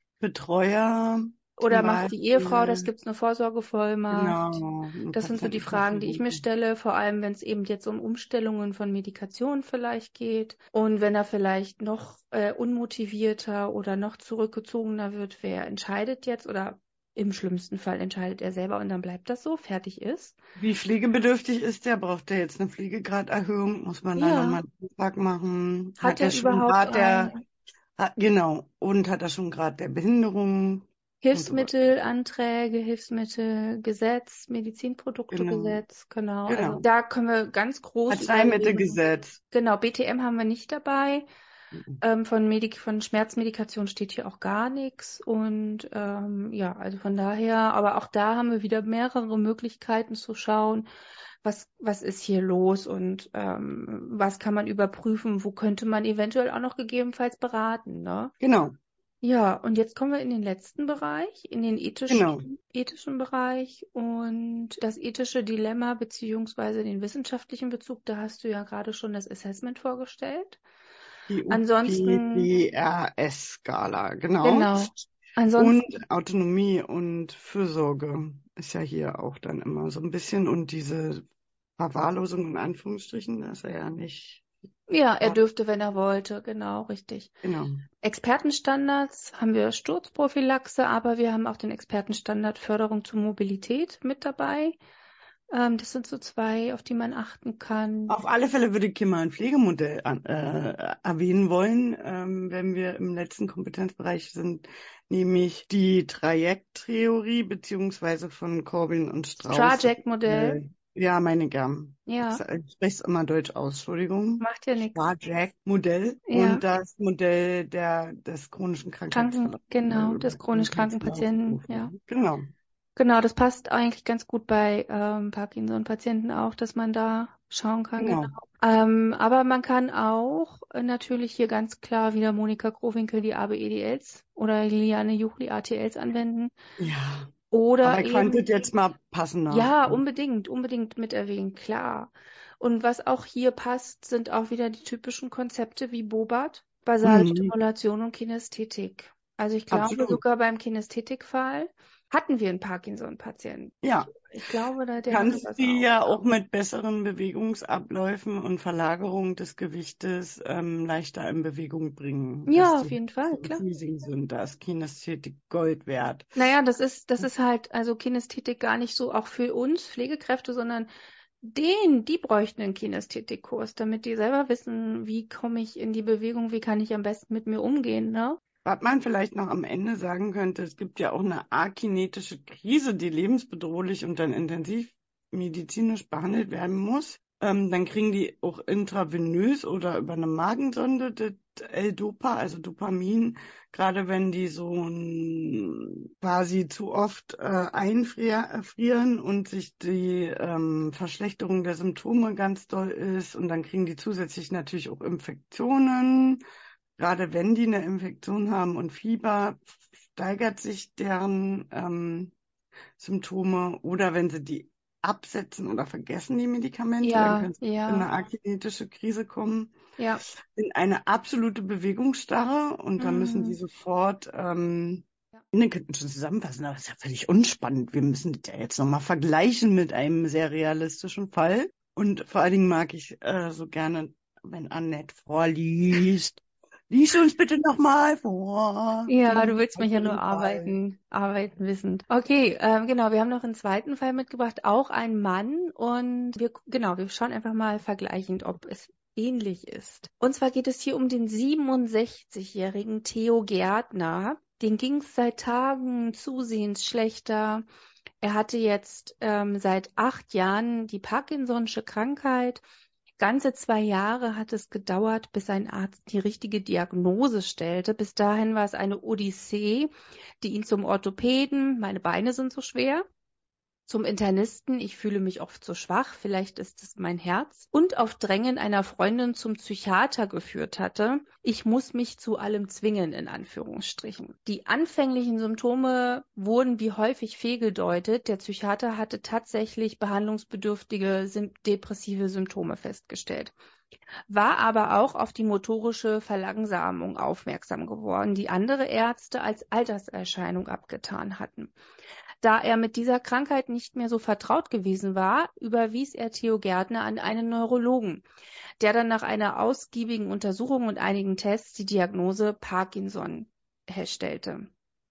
Betreuer zum Oder macht die Ehefrau das? Beispiel, Gibt es eine Vorsorgevollmacht? genau, eine Das sind so die Fragen, die ich mir Patientenverfügung. stelle, vor allem wenn es eben jetzt um Umstellungen von Medikationen vielleicht geht. Und wenn er vielleicht noch äh, unmotivierter oder noch zurückgezogener wird, wer entscheidet jetzt? Oder im schlimmsten Fall entscheidet er selber und dann bleibt das so, fertig ist. Wie pflegebedürftig ist der? Braucht der jetzt eine Pflegegraderhöhung? Muss man da Ja, nochmal einen Antrag machen? hat Hat er er schon überhaupt Grad der, ein hat, genau, und hat er schon Grad der Behinderung und so weiter? Hilfsmittelanträge, Hilfsmittelgesetz, Genau, Medizinproduktegesetz, genau. Also genau. da können wir ganz groß überlegen. Arzneimittelgesetz. Genau, B T M haben wir nicht dabei. Mhm. Ähm, von Medik von Schmerzmedikation steht hier auch gar nichts. Und ähm, ja, also von daher, aber auch da haben wir wieder mehrere Möglichkeiten zu schauen, was, was ist hier los und ähm, was kann man überprüfen, wo könnte man eventuell auch noch gegebenenfalls beraten, ne? Genau, Ja, und jetzt kommen wir in den letzten Bereich, in den genau. ethischen, ethischen Bereich und das ethische Dilemma beziehungsweise den wissenschaftlichen Bezug. Da hast du ja gerade schon das Assessment vorgestellt. Die Ansonsten, U P D R S-Skala, genau. genau. Und Ansonsten, Autonomie und Fürsorge ist ja hier auch dann immer so ein bisschen. Und diese Verwahrlosung in Anführungsstrichen, dass er ja nicht Ja, er Ja, dürfte, wenn er wollte, genau, richtig. genau. Expertenstandards haben wir Sturzprophylaxe, aber wir haben auch den Expertenstandard Förderung zur Mobilität mit dabei. Ähm, das sind so zwei, auf die man achten kann. Auf alle Fälle würde ich hier mal ein Pflegemodell an, äh, erwähnen wollen, ähm, wenn wir im letzten Kompetenzbereich sind, nämlich die Trajekttheorie beziehungsweise von Corbin und Strauß. Traject-Modell, Äh, ja, meine gern. Ich, ja, sa- ich spreche es immer Deutsch aus, Entschuldigung. macht ja nichts. Traject-Modell Ja, und das Modell der, des chronischen Kranken, Krankheitsverlaufs genau, oder des chronisch kranken Krankheitslauf. Patienten, ja. Genau. Genau, das passt eigentlich ganz gut bei ähm, Parkinson-Patienten auch, dass man da schauen kann, genau. Genau. Ähm, aber man kann auch äh, natürlich hier ganz klar wieder Monika Krowinkel die A B E D Ls oder Liliane Juchli A T Ls anwenden. Ja. Aber Oder ich fand eben, das jetzt mal passender. ja, unbedingt, unbedingt mit erwähnen, klar. Und was auch hier passt, sind auch wieder die typischen Konzepte wie Bobat, basale Mhm. Stimulation und Kinästhetik. Also ich glaube, Absolut. sogar beim Kinästhetikfall hatten wir einen Parkinson-Patienten. Ich, Ja. ich glaube, da, der hatte Kannst das die auch. ja auch mit besseren Bewegungsabläufen und Verlagerung des Gewichtes ähm, leichter in Bewegung bringen, dass Ja, auf die jeden Fall, so klar. freezing sind. Da ist Kinästhetik Gold wert. Naja, das ist, das ist halt, also Kinästhetik gar nicht so auch für uns Pflegekräfte, sondern den, die bräuchten einen Kinästhetikkurs, damit die selber wissen, wie komme ich in die Bewegung, wie kann ich am besten mit mir umgehen, ne? Was man vielleicht noch am Ende sagen könnte, es gibt ja auch eine akinetische Krise, die lebensbedrohlich und dann intensiv medizinisch behandelt werden muss. Ähm, dann kriegen die auch intravenös oder über eine Magensonde das L-Dopa, also Dopamin, gerade wenn die so ein, quasi zu oft äh, einfrieren und sich die ähm, Verschlechterung der Symptome ganz doll ist. Und dann kriegen die zusätzlich natürlich auch Infektionen. Gerade wenn die eine Infektion haben und Fieber, steigert sich deren ähm, Symptome. Oder wenn sie die absetzen oder vergessen, die Medikamente, dann Ja, können sie in ja, eine akinetische Krise kommen, ja. in eine absolute Bewegungsstarre und dann müssen die Mhm. sofort, ähm, Ja. wir könnten schon zusammenfassen, aber das ist ja völlig unspannend. Wir müssen das ja jetzt nochmal vergleichen mit einem sehr realistischen Fall. Und vor allen Dingen mag ich äh, so gerne, wenn Annette vorliest. Lies uns bitte nochmal vor, Ja, du den willst mich ja nur weiteren Fall. arbeiten, arbeiten wissend. Okay, ähm, genau, wir haben noch einen zweiten Fall mitgebracht, auch ein Mann und wir, genau, wir schauen einfach mal vergleichend, ob es ähnlich ist. Und zwar geht es hier um den siebenundsechzigjährigen Theo Gärtner. Den ging es seit Tagen zusehends schlechter. Er hatte jetzt ähm, seit acht Jahren die Parkinson'sche Krankheit. Ganze zwei Jahre hat es gedauert, bis ein Arzt die richtige Diagnose stellte. Bis dahin war es eine Odyssee, die ihn zum Orthopäden, meine Beine sind so schwer, zum Internisten, ich fühle mich oft so schwach, vielleicht ist es mein Herz, und auf Drängen einer Freundin zum Psychiater geführt hatte. Ich muss mich zu allem zwingen, in Anführungsstrichen. Die anfänglichen Symptome wurden wie häufig fehlgedeutet. Der Psychiater hatte tatsächlich behandlungsbedürftige depressive Symptome festgestellt, war aber auch auf die motorische Verlangsamung aufmerksam geworden, die andere Ärzte als Alterserscheinung abgetan hatten. Da er mit dieser Krankheit nicht mehr so vertraut gewesen war, überwies er Theo Gärtner an einen Neurologen, der dann nach einer ausgiebigen Untersuchung und einigen Tests die Diagnose Parkinson herstellte.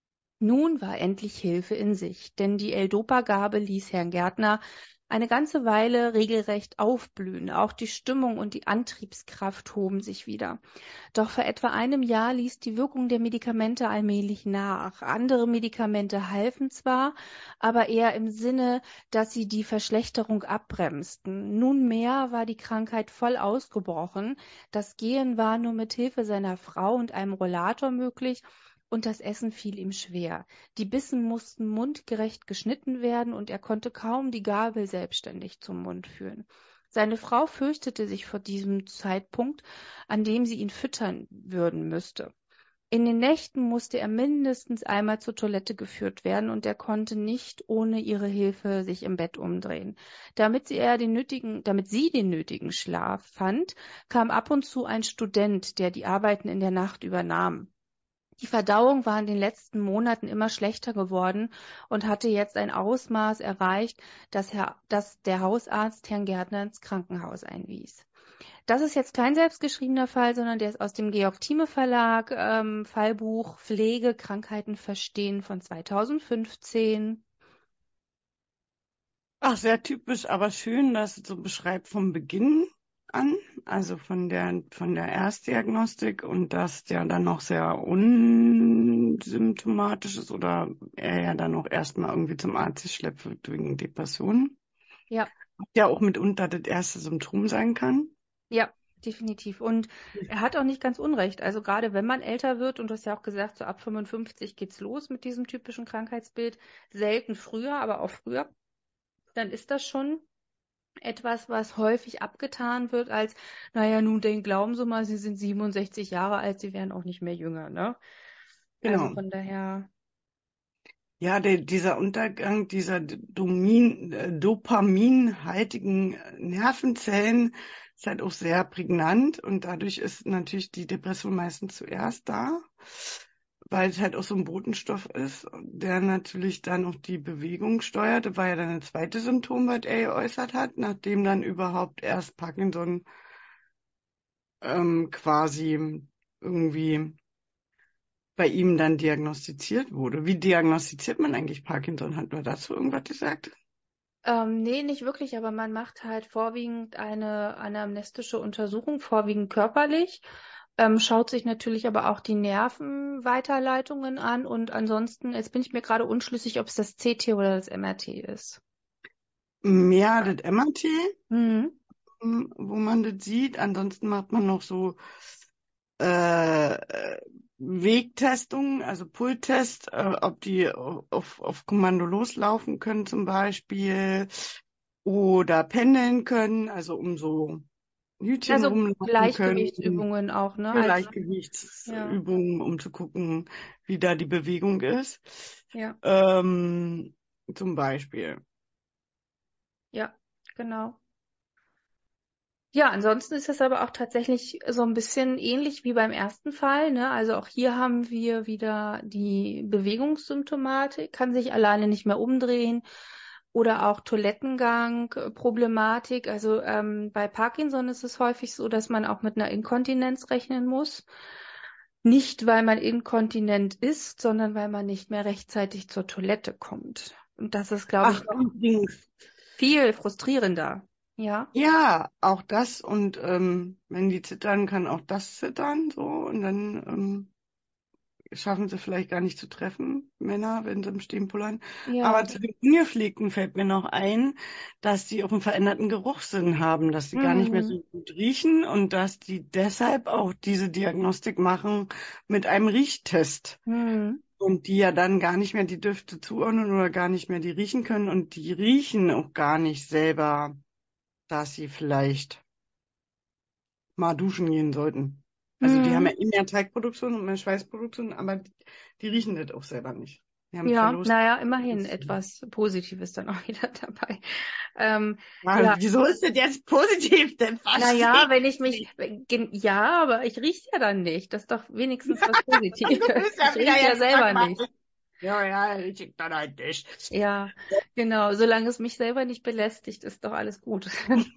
Nun war endlich Hilfe in Sicht, denn die L-Dopa-Gabe ließ Herrn Gärtner eine ganze Weile regelrecht aufblühen. Auch die Stimmung und die Antriebskraft hoben sich wieder. Doch vor etwa einem Jahr ließ die Wirkung der Medikamente allmählich nach. Andere Medikamente halfen zwar, aber eher im Sinne, dass sie die Verschlechterung abbremsten. Nunmehr war die Krankheit voll ausgebrochen. Das Gehen war nur mit Hilfe seiner Frau und einem Rollator möglich, und das Essen fiel ihm schwer. Die Bissen mussten mundgerecht geschnitten werden, und er konnte kaum die Gabel selbstständig zum Mund führen. Seine Frau fürchtete sich vor diesem Zeitpunkt, an dem sie ihn füttern würden müsste. In den Nächten musste er mindestens einmal zur Toilette geführt werden, und er konnte nicht ohne ihre Hilfe sich im Bett umdrehen. Damit sie, er den nötigen, damit sie den nötigen Schlaf fand, kam ab und zu ein Student, der die Arbeiten in der Nacht übernahm. Die Verdauung war in den letzten Monaten immer schlechter geworden und hatte jetzt ein Ausmaß erreicht, dass, Herr, dass der Hausarzt Herrn Gärtner ins Krankenhaus einwies. Das ist jetzt kein selbstgeschriebener Fall, sondern der ist aus dem Georg-Thieme-Verlag, ähm, Fallbuch Pflege, Krankheiten verstehen von zweitausendfünfzehn. Ach, sehr typisch, aber schön, dass es so beschreibt vom Beginn an, also von der, von der Erstdiagnostik und dass der dann noch sehr unsymptomatisch ist oder er ja dann noch erstmal irgendwie zum Arzt geschleppt wird wegen Depressionen. Ja, Ja, auch mitunter das erste Symptom sein kann. ja, definitiv. Und er hat auch nicht ganz Unrecht. Also gerade wenn man älter wird, und du hast ja auch gesagt, so ab fünfundfünfzig geht's los mit diesem typischen Krankheitsbild, selten früher, aber auch früher, dann ist das schon etwas, was häufig abgetan wird als, naja, nun, den glauben Sie mal, Sie sind siebenundsechzig Jahre alt, Sie werden auch nicht mehr jünger, ne? Also Genau. von daher, Ja, der, dieser Untergang dieser Domin, äh, dopaminhaltigen Nervenzellen ist halt auch sehr prägnant und dadurch ist natürlich die Depression meistens zuerst da, weil es halt auch so ein Botenstoff ist, der natürlich dann auch die Bewegung steuert. Das war ja dann das zweite Symptom, was er geäußert hat, nachdem dann überhaupt erst Parkinson ähm, quasi irgendwie bei ihm dann diagnostiziert wurde. Wie diagnostiziert man eigentlich Parkinson? Hat man dazu irgendwas gesagt? ähm, nee, nicht wirklich, aber man macht halt vorwiegend eine anamnestische Untersuchung, vorwiegend körperlich, ähm, schaut sich natürlich aber auch die Nervenweiterleitungen an und ansonsten, jetzt bin ich mir gerade unschlüssig, ob es das C T oder das M R T ist. Mehr das M R T, Mhm. hm, wo man das sieht. Ansonsten macht man noch so äh, Wegtestungen, also Pulttest, äh, ob die auf, auf Kommando loslaufen können zum Beispiel oder pendeln können, also um so Hütchen Also rumlaufen können, Gleichgewichtsübungen auch, ne? für Also, ja, Gleichgewichtsübungen, um zu gucken, wie da die Bewegung ist. ja, Ähm, zum Beispiel. ja, genau. Ja, ansonsten ist es aber auch tatsächlich so ein bisschen ähnlich wie beim ersten Fall, ne? Also auch hier haben wir wieder die Bewegungssymptomatik, kann sich alleine nicht mehr umdrehen oder auch Toilettengang, äh, Problematik. Also ähm, bei Parkinson ist es häufig so, dass man auch mit einer Inkontinenz rechnen muss. Nicht, weil man inkontinent ist, sondern weil man nicht mehr rechtzeitig zur Toilette kommt. Und das ist, glaube Ach, ich, noch übrigens, viel frustrierender. Ja. ja, auch das und ähm, wenn die zittern, kann auch das zittern so und dann ähm, schaffen sie vielleicht gar nicht zu treffen, Männer, wenn sie im Stehen pullern. Ja. Aber zu den Ungepflegten fällt mir noch ein, dass die auch einen veränderten Geruchssinn haben, dass sie gar nicht mehr Mhm. so gut riechen und dass die deshalb auch diese Diagnostik machen mit einem Riechtest. Mhm. Und die ja dann gar nicht mehr die Düfte zuordnen oder gar nicht mehr die riechen können und die riechen auch gar nicht selber, dass sie vielleicht mal duschen gehen sollten. Also die haben ja Mhm. eh mehr Teigproduktion und mehr Schweißproduktion, aber die, die riechen das auch selber nicht. Die haben Ja, Verlust. naja, immerhin etwas Positives dann auch wieder dabei. Ähm, Ja, ja, wieso ist das jetzt positiv? Denn naja, verstehe wenn ich ich mich, nicht. gen- ja, aber ich riech's ja dann nicht. Das ist doch wenigstens was Du Positives. bist Ich ja wieder riech's ja jetzt selber nicht. pragmatisch. Ja, ja, riech ich dann halt nicht. Ja, genau. Solange es mich selber nicht belästigt, ist doch alles gut.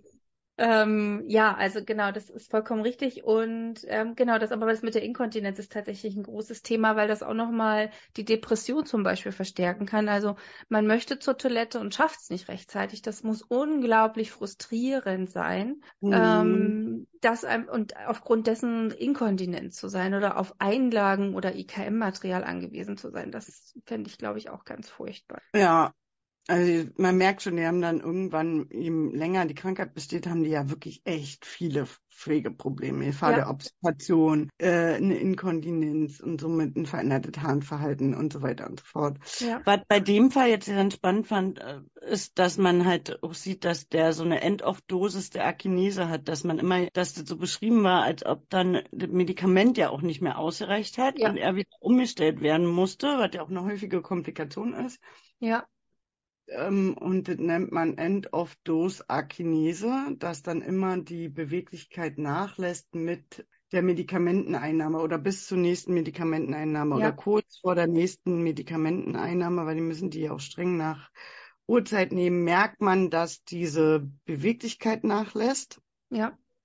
Ähm, ja, also genau, das ist vollkommen richtig. Und ähm, genau, das aber das mit der Inkontinenz ist tatsächlich ein großes Thema, weil das auch nochmal die Depression zum Beispiel verstärken kann. Also man möchte zur Toilette und schafft es nicht rechtzeitig. Das muss unglaublich frustrierend sein, Hm. ähm, das einem, und aufgrund dessen inkontinent zu sein oder auf Einlagen oder I K M-Material angewiesen zu sein. Das fände ich, glaube ich, auch ganz furchtbar. Ja, also man merkt schon, die haben dann irgendwann, je länger die Krankheit besteht, haben die ja wirklich echt viele Pflegeprobleme. Gefahr Ja, der Obstipation, äh, eine Inkontinenz und somit ein verändertes Harnverhalten und so weiter und so fort. ja, Was bei dem Fall jetzt ganz spannend fand, äh, ist, dass man halt auch sieht, dass der so eine End-of-Dosis der Akinese hat, dass man immer, dass das so beschrieben war, als ob dann das Medikament ja auch nicht mehr ausgereicht hat ja, und er wieder umgestellt werden musste, was ja auch eine häufige Komplikation ist. ja, Ähm, und das nennt man End-of-Dose-Akinese, dass dann immer die Beweglichkeit nachlässt mit der Medikamenteneinnahme oder bis zur nächsten Medikamenteneinnahme oder ja, kurz vor der nächsten Medikamenteneinnahme, weil die müssen die ja auch streng nach Uhrzeit nehmen, merkt man, dass diese Beweglichkeit nachlässt. ja.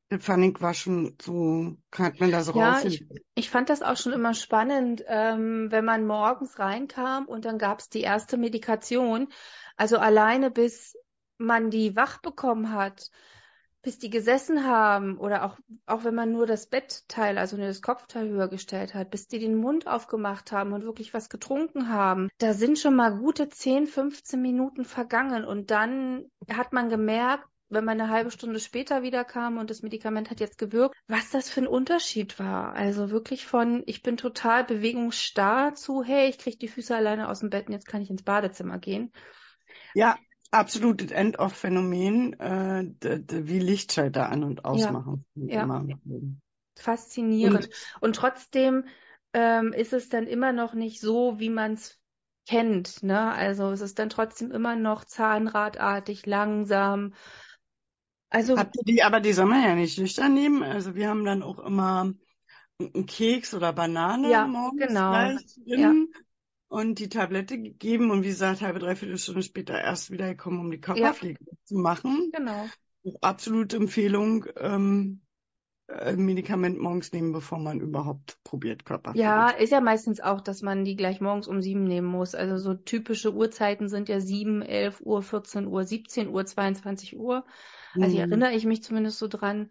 Das fand ich war schon so, hat man da so Ja, raushin. ich, ich fand das auch schon immer spannend, ähm, wenn man morgens reinkam und dann gab es die erste Medikation. Also alleine bis man die wach bekommen hat, bis die gesessen haben oder auch, auch wenn man nur das Bettteil, also nur das Kopfteil höher gestellt hat, bis die den Mund aufgemacht haben und wirklich was getrunken haben, da sind schon mal gute zehn, fünfzehn Minuten vergangen und dann hat man gemerkt, wenn man eine halbe Stunde später wiederkam und das Medikament hat jetzt gewirkt, was das für ein Unterschied war. Also wirklich von, ich bin total bewegungsstarr zu, hey, ich kriege die Füße alleine aus dem Bett und jetzt kann ich ins Badezimmer gehen. Ja, absolutes End-of-Phänomen, äh, d- d- wie Lichtschalter an- und Ja, ausmachen. ja, Immer. faszinierend. Und Und trotzdem ähm, ist es dann immer noch nicht so, wie man es kennt, ne? Also es ist dann trotzdem immer noch zahnradartig, langsam. Also habt ihr die, aber die soll man ja nicht nüchtern nehmen. Also wir haben dann auch immer einen Keks oder Banane ja, morgens genau. gleich Ja, drin und die Tablette gegeben und wie gesagt, halbe, dreiviertel Stunde später erst wieder gekommen, um die ja, Körperpflege zu machen. genau. Absolute Empfehlung, ähm, äh, Medikament morgens nehmen, bevor man überhaupt probiert, Körperpflege Ja, zu ist ja meistens auch, dass man die gleich morgens um sieben nehmen muss. Also so typische Uhrzeiten sind ja sieben, elf Uhr, vierzehn Uhr, siebzehn Uhr, zweiundzwanzig Uhr. Also machen. erinnere ich mich zumindest so dran,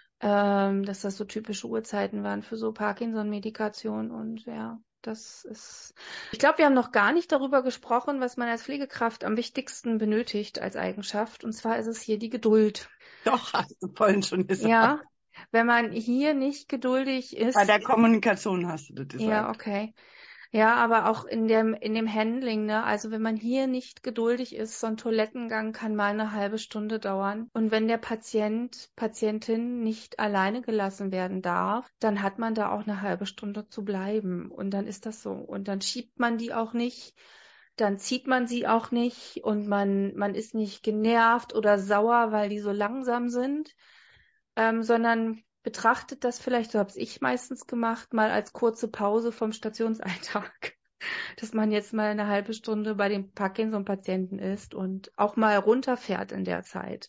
ähm, dass das so typische Uhrzeiten waren für so Parkinson-Medikation. Und ja, das ist. Ich glaube, wir haben noch gar nicht darüber gesprochen, was man als Pflegekraft am wichtigsten benötigt als Eigenschaft. Und zwar ist es hier die Geduld. Doch, hast du vorhin schon gesagt. Ja, wenn man hier nicht geduldig Bei ist, der Kommunikation hast du das ja, gesagt. okay. Ja, aber auch in dem, in dem Handling, ne? Also wenn man hier nicht geduldig ist, so ein Toilettengang kann mal eine halbe Stunde dauern. Und wenn der Patient, Patientin nicht alleine gelassen werden darf, dann hat man da auch eine halbe Stunde zu bleiben. Und dann ist das so. Und dann schiebt man die auch nicht, dann zieht man sie auch nicht und man, man ist nicht genervt oder sauer, weil die so langsam sind, ähm, sondern betrachtet das vielleicht, so habe ich meistens gemacht, mal als kurze Pause vom Stationsalltag, dass man jetzt mal eine halbe Stunde bei dem Parkinson-Patienten ist und auch mal runterfährt in der Zeit.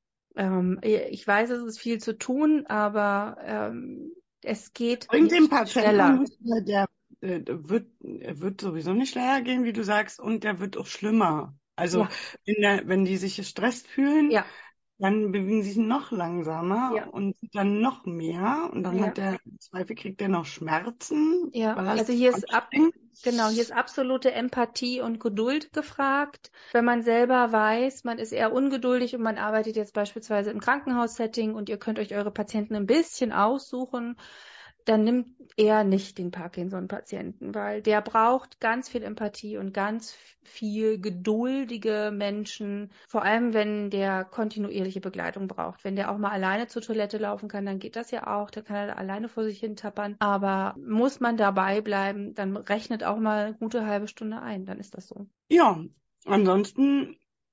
Ähm, ich weiß, es ist viel zu tun, aber ähm, es geht Bringt dem nicht Patienten schneller. nichts, weil der, der, der wird, er wird sowieso nicht schneller gehen, wie du sagst, und der wird auch schlimmer. Also Ja, wenn, der, wenn die sich gestresst fühlen, ja, dann bewegen sie sich noch langsamer ja, und dann noch mehr. Und dann ja. hat der im Zweifel kriegt der noch Schmerzen, Ja, weil er also sich hier ist ab, anstrengt. genau, hier ist absolute Empathie und Geduld gefragt. Wenn man selber weiß, man ist eher ungeduldig und man arbeitet jetzt beispielsweise im Krankenhaussetting und ihr könnt euch eure Patienten ein bisschen aussuchen, dann nimmt er nicht den Parkinson-Patienten, weil der braucht ganz viel Empathie und ganz viel geduldige Menschen, vor allem wenn der kontinuierliche Begleitung braucht. Wenn der auch mal alleine zur Toilette laufen kann, dann geht das ja auch, da kann er da alleine vor sich hin tappern. Aber muss man dabei bleiben, dann rechnet auch mal eine gute halbe Stunde ein, dann ist das so. Ja, ansonsten,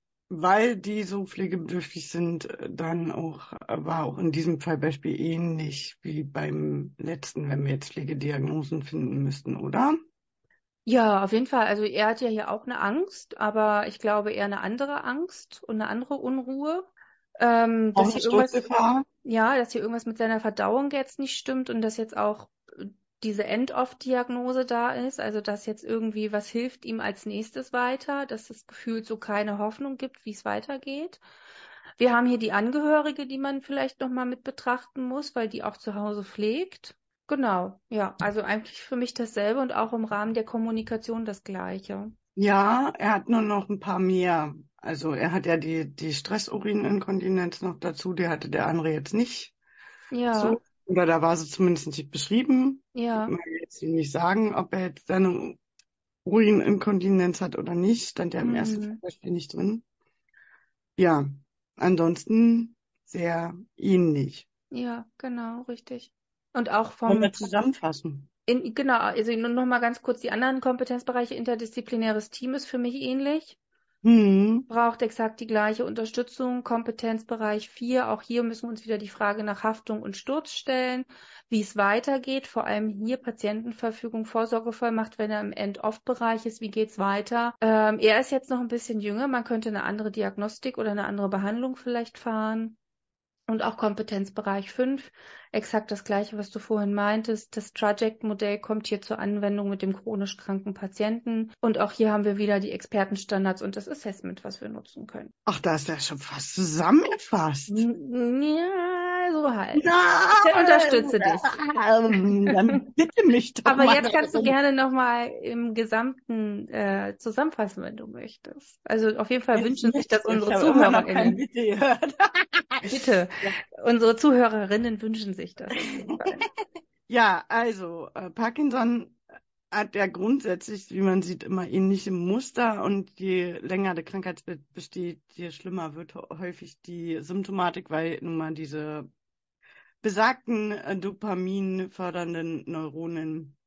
weil die so pflegebedürftig sind, äh, dann auch, äh, war auch in diesem Fall Beispiel ähnlich wie beim letzten, wenn wir jetzt Pflegediagnosen finden müssten, oder? Ja, auf jeden Fall. Also er hat ja hier auch eine Angst, aber ich glaube eher eine andere Angst und eine andere Unruhe, ähm, Auch dass eine hier irgendwas, Sturzgefahr? ja, dass hier irgendwas mit seiner Verdauung jetzt nicht stimmt und dass jetzt auch äh, diese End-of-Diagnose da ist, also dass jetzt irgendwie was hilft ihm als nächstes weiter, dass es gefühlt so keine Hoffnung gibt, wie es weitergeht. Wir haben hier die Angehörige, die man vielleicht noch mal mit betrachten muss, weil die auch zu Hause pflegt. Genau, ja, also eigentlich für mich dasselbe und auch im Rahmen der Kommunikation das Gleiche. Ja, er hat nur noch ein paar mehr. Also er hat ja die, die Stressurininkontinenz noch dazu, die hatte der andere jetzt nicht Ja, so. Oder da war sie zumindest nicht beschrieben. Ich ja, mag jetzt nicht sagen, ob er jetzt seine Urininkontinenz hat oder nicht. Stand ja im ersten hm, Beispiel nicht drin. Ja, ansonsten sehr ähnlich. ja, genau, richtig. Und auch Wollen vom wir zusammenfassen? In, genau, also nur noch mal ganz kurz die anderen Kompetenzbereiche. Interdisziplinäres Team ist für mich ähnlich. Hm. Braucht exakt die gleiche Unterstützung. Kompetenzbereich vier. Auch hier müssen wir uns wieder die Frage nach Haftung und Sturz stellen, wie es weitergeht. Vor allem hier Patientenverfügung, Vorsorgevollmacht, wenn er im End-of-Bereich ist. Wie geht's weiter? Ähm, er ist jetzt noch ein bisschen jünger. Man könnte eine andere Diagnostik oder eine andere Behandlung vielleicht fahren. Und auch Kompetenzbereich fünf, exakt das Gleiche, was du vorhin meintest. Das Traject-Modell kommt hier zur Anwendung mit dem chronisch kranken Patienten. Und auch hier haben wir wieder die Expertenstandards und das Assessment, was wir nutzen können. Ach, da ist das schon fast zusammengefasst. Ja, so halt. Na, Ich unterstütze dich. dann bitte mich doch Aber mal jetzt kannst du darum. gerne nochmal im Gesamten äh, zusammenfassen, wenn du möchtest. Also auf jeden Fall Jetzt wünschen sich nicht. das Ich unsere habe immer noch kein ZuhörerInnen. Bitte gehört. Bitte, Ja. unsere ZuhörerInnen wünschen sich das auf jeden Fall. Ja, also äh, Parkinson hat ja grundsätzlich, wie man sieht, immer ähnliche Muster und je länger der Krankheitsbild besteht, je schlimmer wird häufig die Symptomatik, weil nun mal diese besagten äh, Dopamin fördernden Neuronen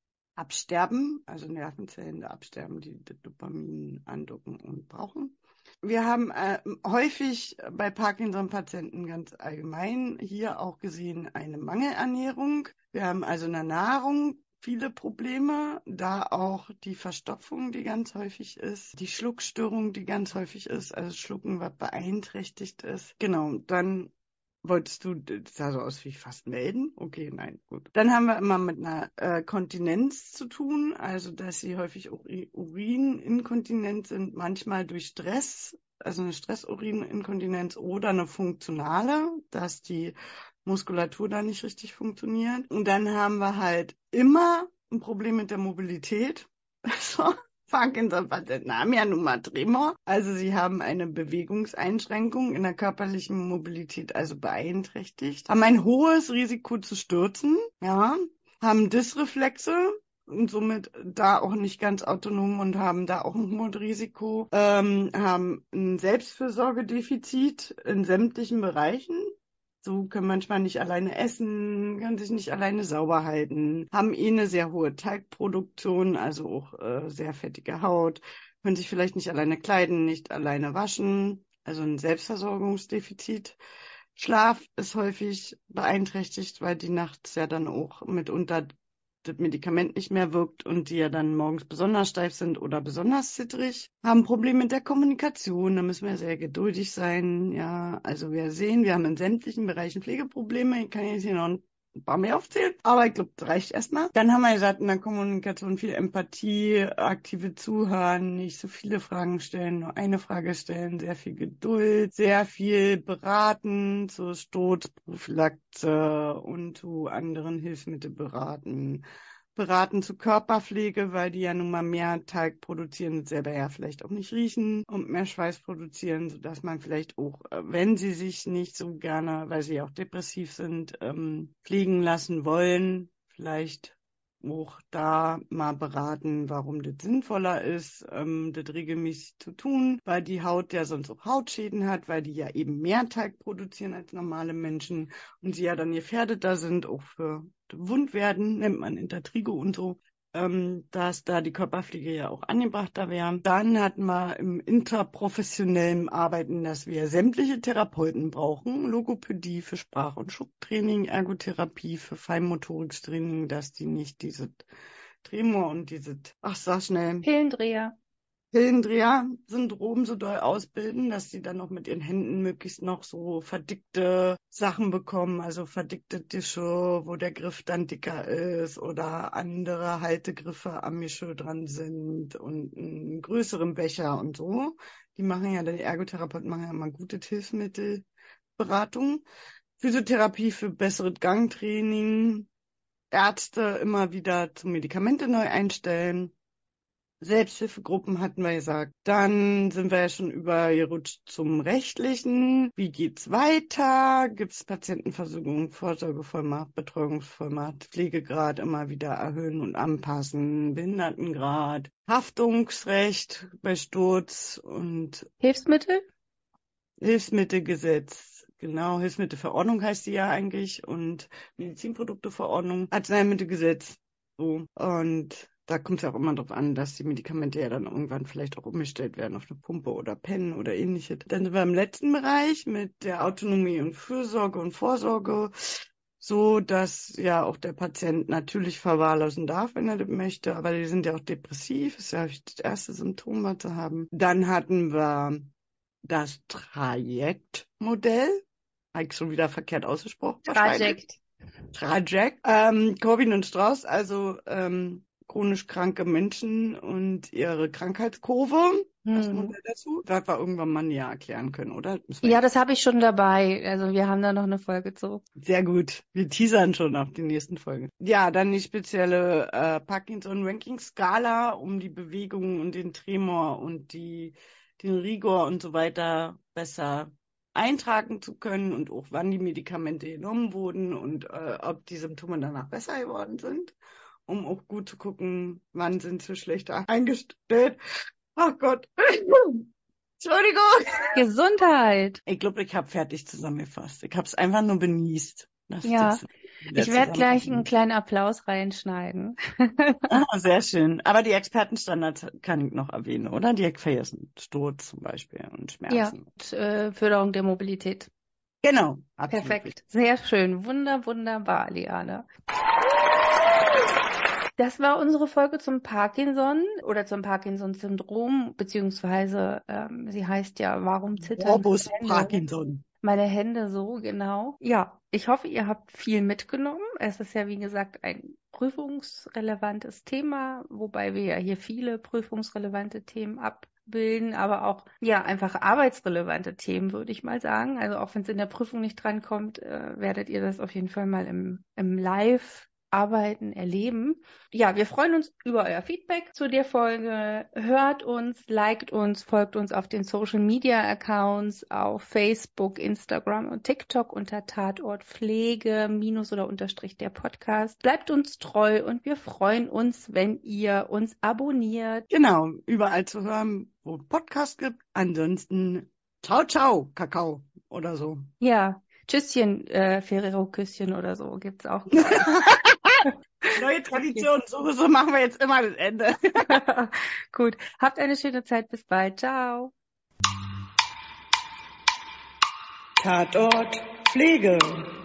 absterben, also Nervenzellen absterben, die Dopamin andocken und brauchen. Wir haben äh, häufig bei Parkinson-Patienten ganz allgemein hier auch gesehen eine Mangelernährung. Wir haben also in der Nahrung viele Probleme, da auch die Verstopfung, die ganz häufig ist, die Schluckstörung, die ganz häufig ist, also Schlucken, was beeinträchtigt ist. Genau, dann wolltest du, das sah so aus wie fast melden? Okay, nein, gut. Dann haben wir immer mit einer äh, Kontinenz zu tun, also dass sie häufig Uri Urininkontinent sind, manchmal durch Stress, also eine Stressurininkontinenz oder eine funktionale, dass die Muskulatur da nicht richtig funktioniert. Und dann haben wir halt immer ein Problem mit der Mobilität. Also, Parkinson-Patienten haben ja nun mal Tremor. Also sie haben eine Bewegungseinschränkung in der körperlichen Mobilität, also beeinträchtigt. Haben ein hohes Risiko zu stürzen, ja. Haben Dysreflexe und somit da auch nicht ganz autonom und haben da auch ein hohes Risiko. Ähm, haben ein Selbstfürsorgedefizit in sämtlichen Bereichen. So können manchmal nicht alleine essen, können sich nicht alleine sauber halten, haben eh eine sehr hohe Teigproduktion, also auch äh, sehr fettige Haut, können sich vielleicht nicht alleine kleiden, nicht alleine waschen, also ein Selbstversorgungsdefizit. Schlaf ist häufig beeinträchtigt, weil die nachts ja dann auch mitunter das Medikament nicht mehr wirkt und die ja dann morgens besonders steif sind oder besonders zittrig, haben Probleme mit der Kommunikation, da müssen wir sehr geduldig sein, ja, also wir sehen, wir haben in sämtlichen Bereichen Pflegeprobleme, ich kann jetzt hier noch ein paar mehr aufzählen, aber ich glaube, das reicht erstmal. Dann haben wir gesagt, in der Kommunikation viel Empathie, aktive Zuhören, nicht so viele Fragen stellen, nur eine Frage stellen, sehr viel Geduld, sehr viel beraten zur Sturzprophylaxe und zu anderen Hilfsmitteln beraten. Beraten zur Körperpflege, weil die ja nun mal mehr Teig produzieren, selber ja vielleicht auch nicht riechen und mehr Schweiß produzieren, sodass man vielleicht auch, äh, wenn sie sich nicht so gerne, weil sie auch depressiv sind, ähm, pflegen lassen wollen, vielleicht auch da mal beraten, warum das sinnvoller ist, ähm, das regelmäßig zu tun, weil die Haut ja sonst auch Hautschäden hat, weil die ja eben mehr Teig produzieren als normale Menschen und sie ja dann gefährdeter sind, auch für Wundwerden, nennt man Intertrigo und so, ähm, dass da die Körperpflege ja auch angebrachter wäre. Dann hatten wir im interprofessionellen Arbeiten, dass wir sämtliche Therapeuten brauchen, Logopädie für Sprach- und Schucktraining, Ergotherapie für Feinmotoriktraining, dass die nicht diese Tremor und diese, ach sag schnell, Pillendreher. Pillendreher-Syndrom so doll ausbilden, dass die dann noch mit ihren Händen möglichst noch so verdickte Sachen bekommen, also verdickte Tische, wo der Griff dann dicker ist oder andere Haltegriffe am Geschirr dran sind und einen größeren Becher und so. Die machen ja, die Ergotherapeuten machen ja immer gute Hilfsmittelberatung. Physiotherapie für besseres Gangtraining, Ärzte immer wieder zum Medikamente neu einstellen. Selbsthilfegruppen hatten wir gesagt. Dann sind wir ja schon übergerutscht zum Rechtlichen. Wie geht's weiter? Gibt's Patientenversorgung, Vorsorgevollmacht, Betreuungsvollmacht, Pflegegrad immer wieder erhöhen und anpassen, Behindertengrad, Haftungsrecht bei Sturz und Hilfsmittel? Hilfsmittelgesetz. Genau, Hilfsmittelverordnung heißt die ja eigentlich und Medizinprodukteverordnung, Arzneimittelgesetz. So. Und da kommt es ja auch immer darauf an, dass die Medikamente ja dann irgendwann vielleicht auch umgestellt werden auf eine Pumpe oder Pen oder ähnliches. Dann sind wir im letzten Bereich mit der Autonomie und Fürsorge und Vorsorge, so dass ja auch der Patient natürlich verwahrlosen darf, wenn er das möchte, aber die sind ja auch depressiv, ist ja das erste Symptom, was sie haben. Dann hatten wir das Trajektmodell. Habe ich schon wieder verkehrt ausgesprochen? Trajekt. Trajekt. Ähm, Corbin und Strauß, also ähm, chronisch kranke Menschen und ihre Krankheitskurve. Was kommt Hm. da dazu? Das wir irgendwann mal näher erklären können, oder? Das Ja, das habe ich schon dabei. Also wir haben da noch eine Folge zu. Sehr gut. Wir teasern schon auf die nächsten Folgen. Ja, dann die spezielle äh, Parkinson-Ranking-Skala, um die Bewegungen und den Tremor und die, den Rigor und so weiter besser eintragen zu können und auch wann die Medikamente genommen wurden und äh, ob die Symptome danach besser geworden sind, um auch gut zu gucken, wann sind sie schlechter eingestellt. Ach Gott. Entschuldigung. Gesundheit. Ich glaube, ich habe fertig zusammengefasst. Ich habe es einfach nur genießt. Das ist Ja, jetzt der ich werde gleich einen Zusammenfassung. kleinen Applaus reinschneiden. Ah, sehr schön. Aber die Expertenstandards kann ich noch erwähnen, oder? Die ich vergessen. Sturz zum Beispiel und Ja, Schmerzen. und, äh, Förderung der Mobilität. Genau, absolut Perfekt. richtig. Sehr schön. Wunder, wunderbar, Liane. Das war unsere Folge zum Parkinson oder zum Parkinson-Syndrom, beziehungsweise ähm, sie heißt ja, warum zittern Morbus meine Hände? Parkinson. Meine Hände so, genau. Ja, ich hoffe, ihr habt viel mitgenommen. Es ist ja, wie gesagt, ein prüfungsrelevantes Thema, wobei wir ja hier viele prüfungsrelevante Themen abbilden, aber auch, ja, einfach arbeitsrelevante Themen, würde ich mal sagen. Also auch wenn es in der Prüfung nicht drankommt, äh, werdet ihr das auf jeden Fall mal im, im Live Arbeiten erleben. Ja, wir freuen uns über euer Feedback zu der Folge. Hört uns, liked uns, folgt uns auf den Social Media Accounts auf Facebook, Instagram und TikTok unter Tatort Pflege minus oder unterstrich der Podcast. Bleibt uns treu und wir freuen uns, wenn ihr uns abonniert. Genau, überall zu hören, wo es Podcast gibt. Ansonsten ciao, ciao, Kakao oder so. Ja, Tschüsschen, äh, Ferrero-Küsschen oder so gibt's auch. Neue Tradition, so, so machen wir jetzt immer das Ende. Gut, habt eine schöne Zeit, bis bald, ciao. Tatort Pflege.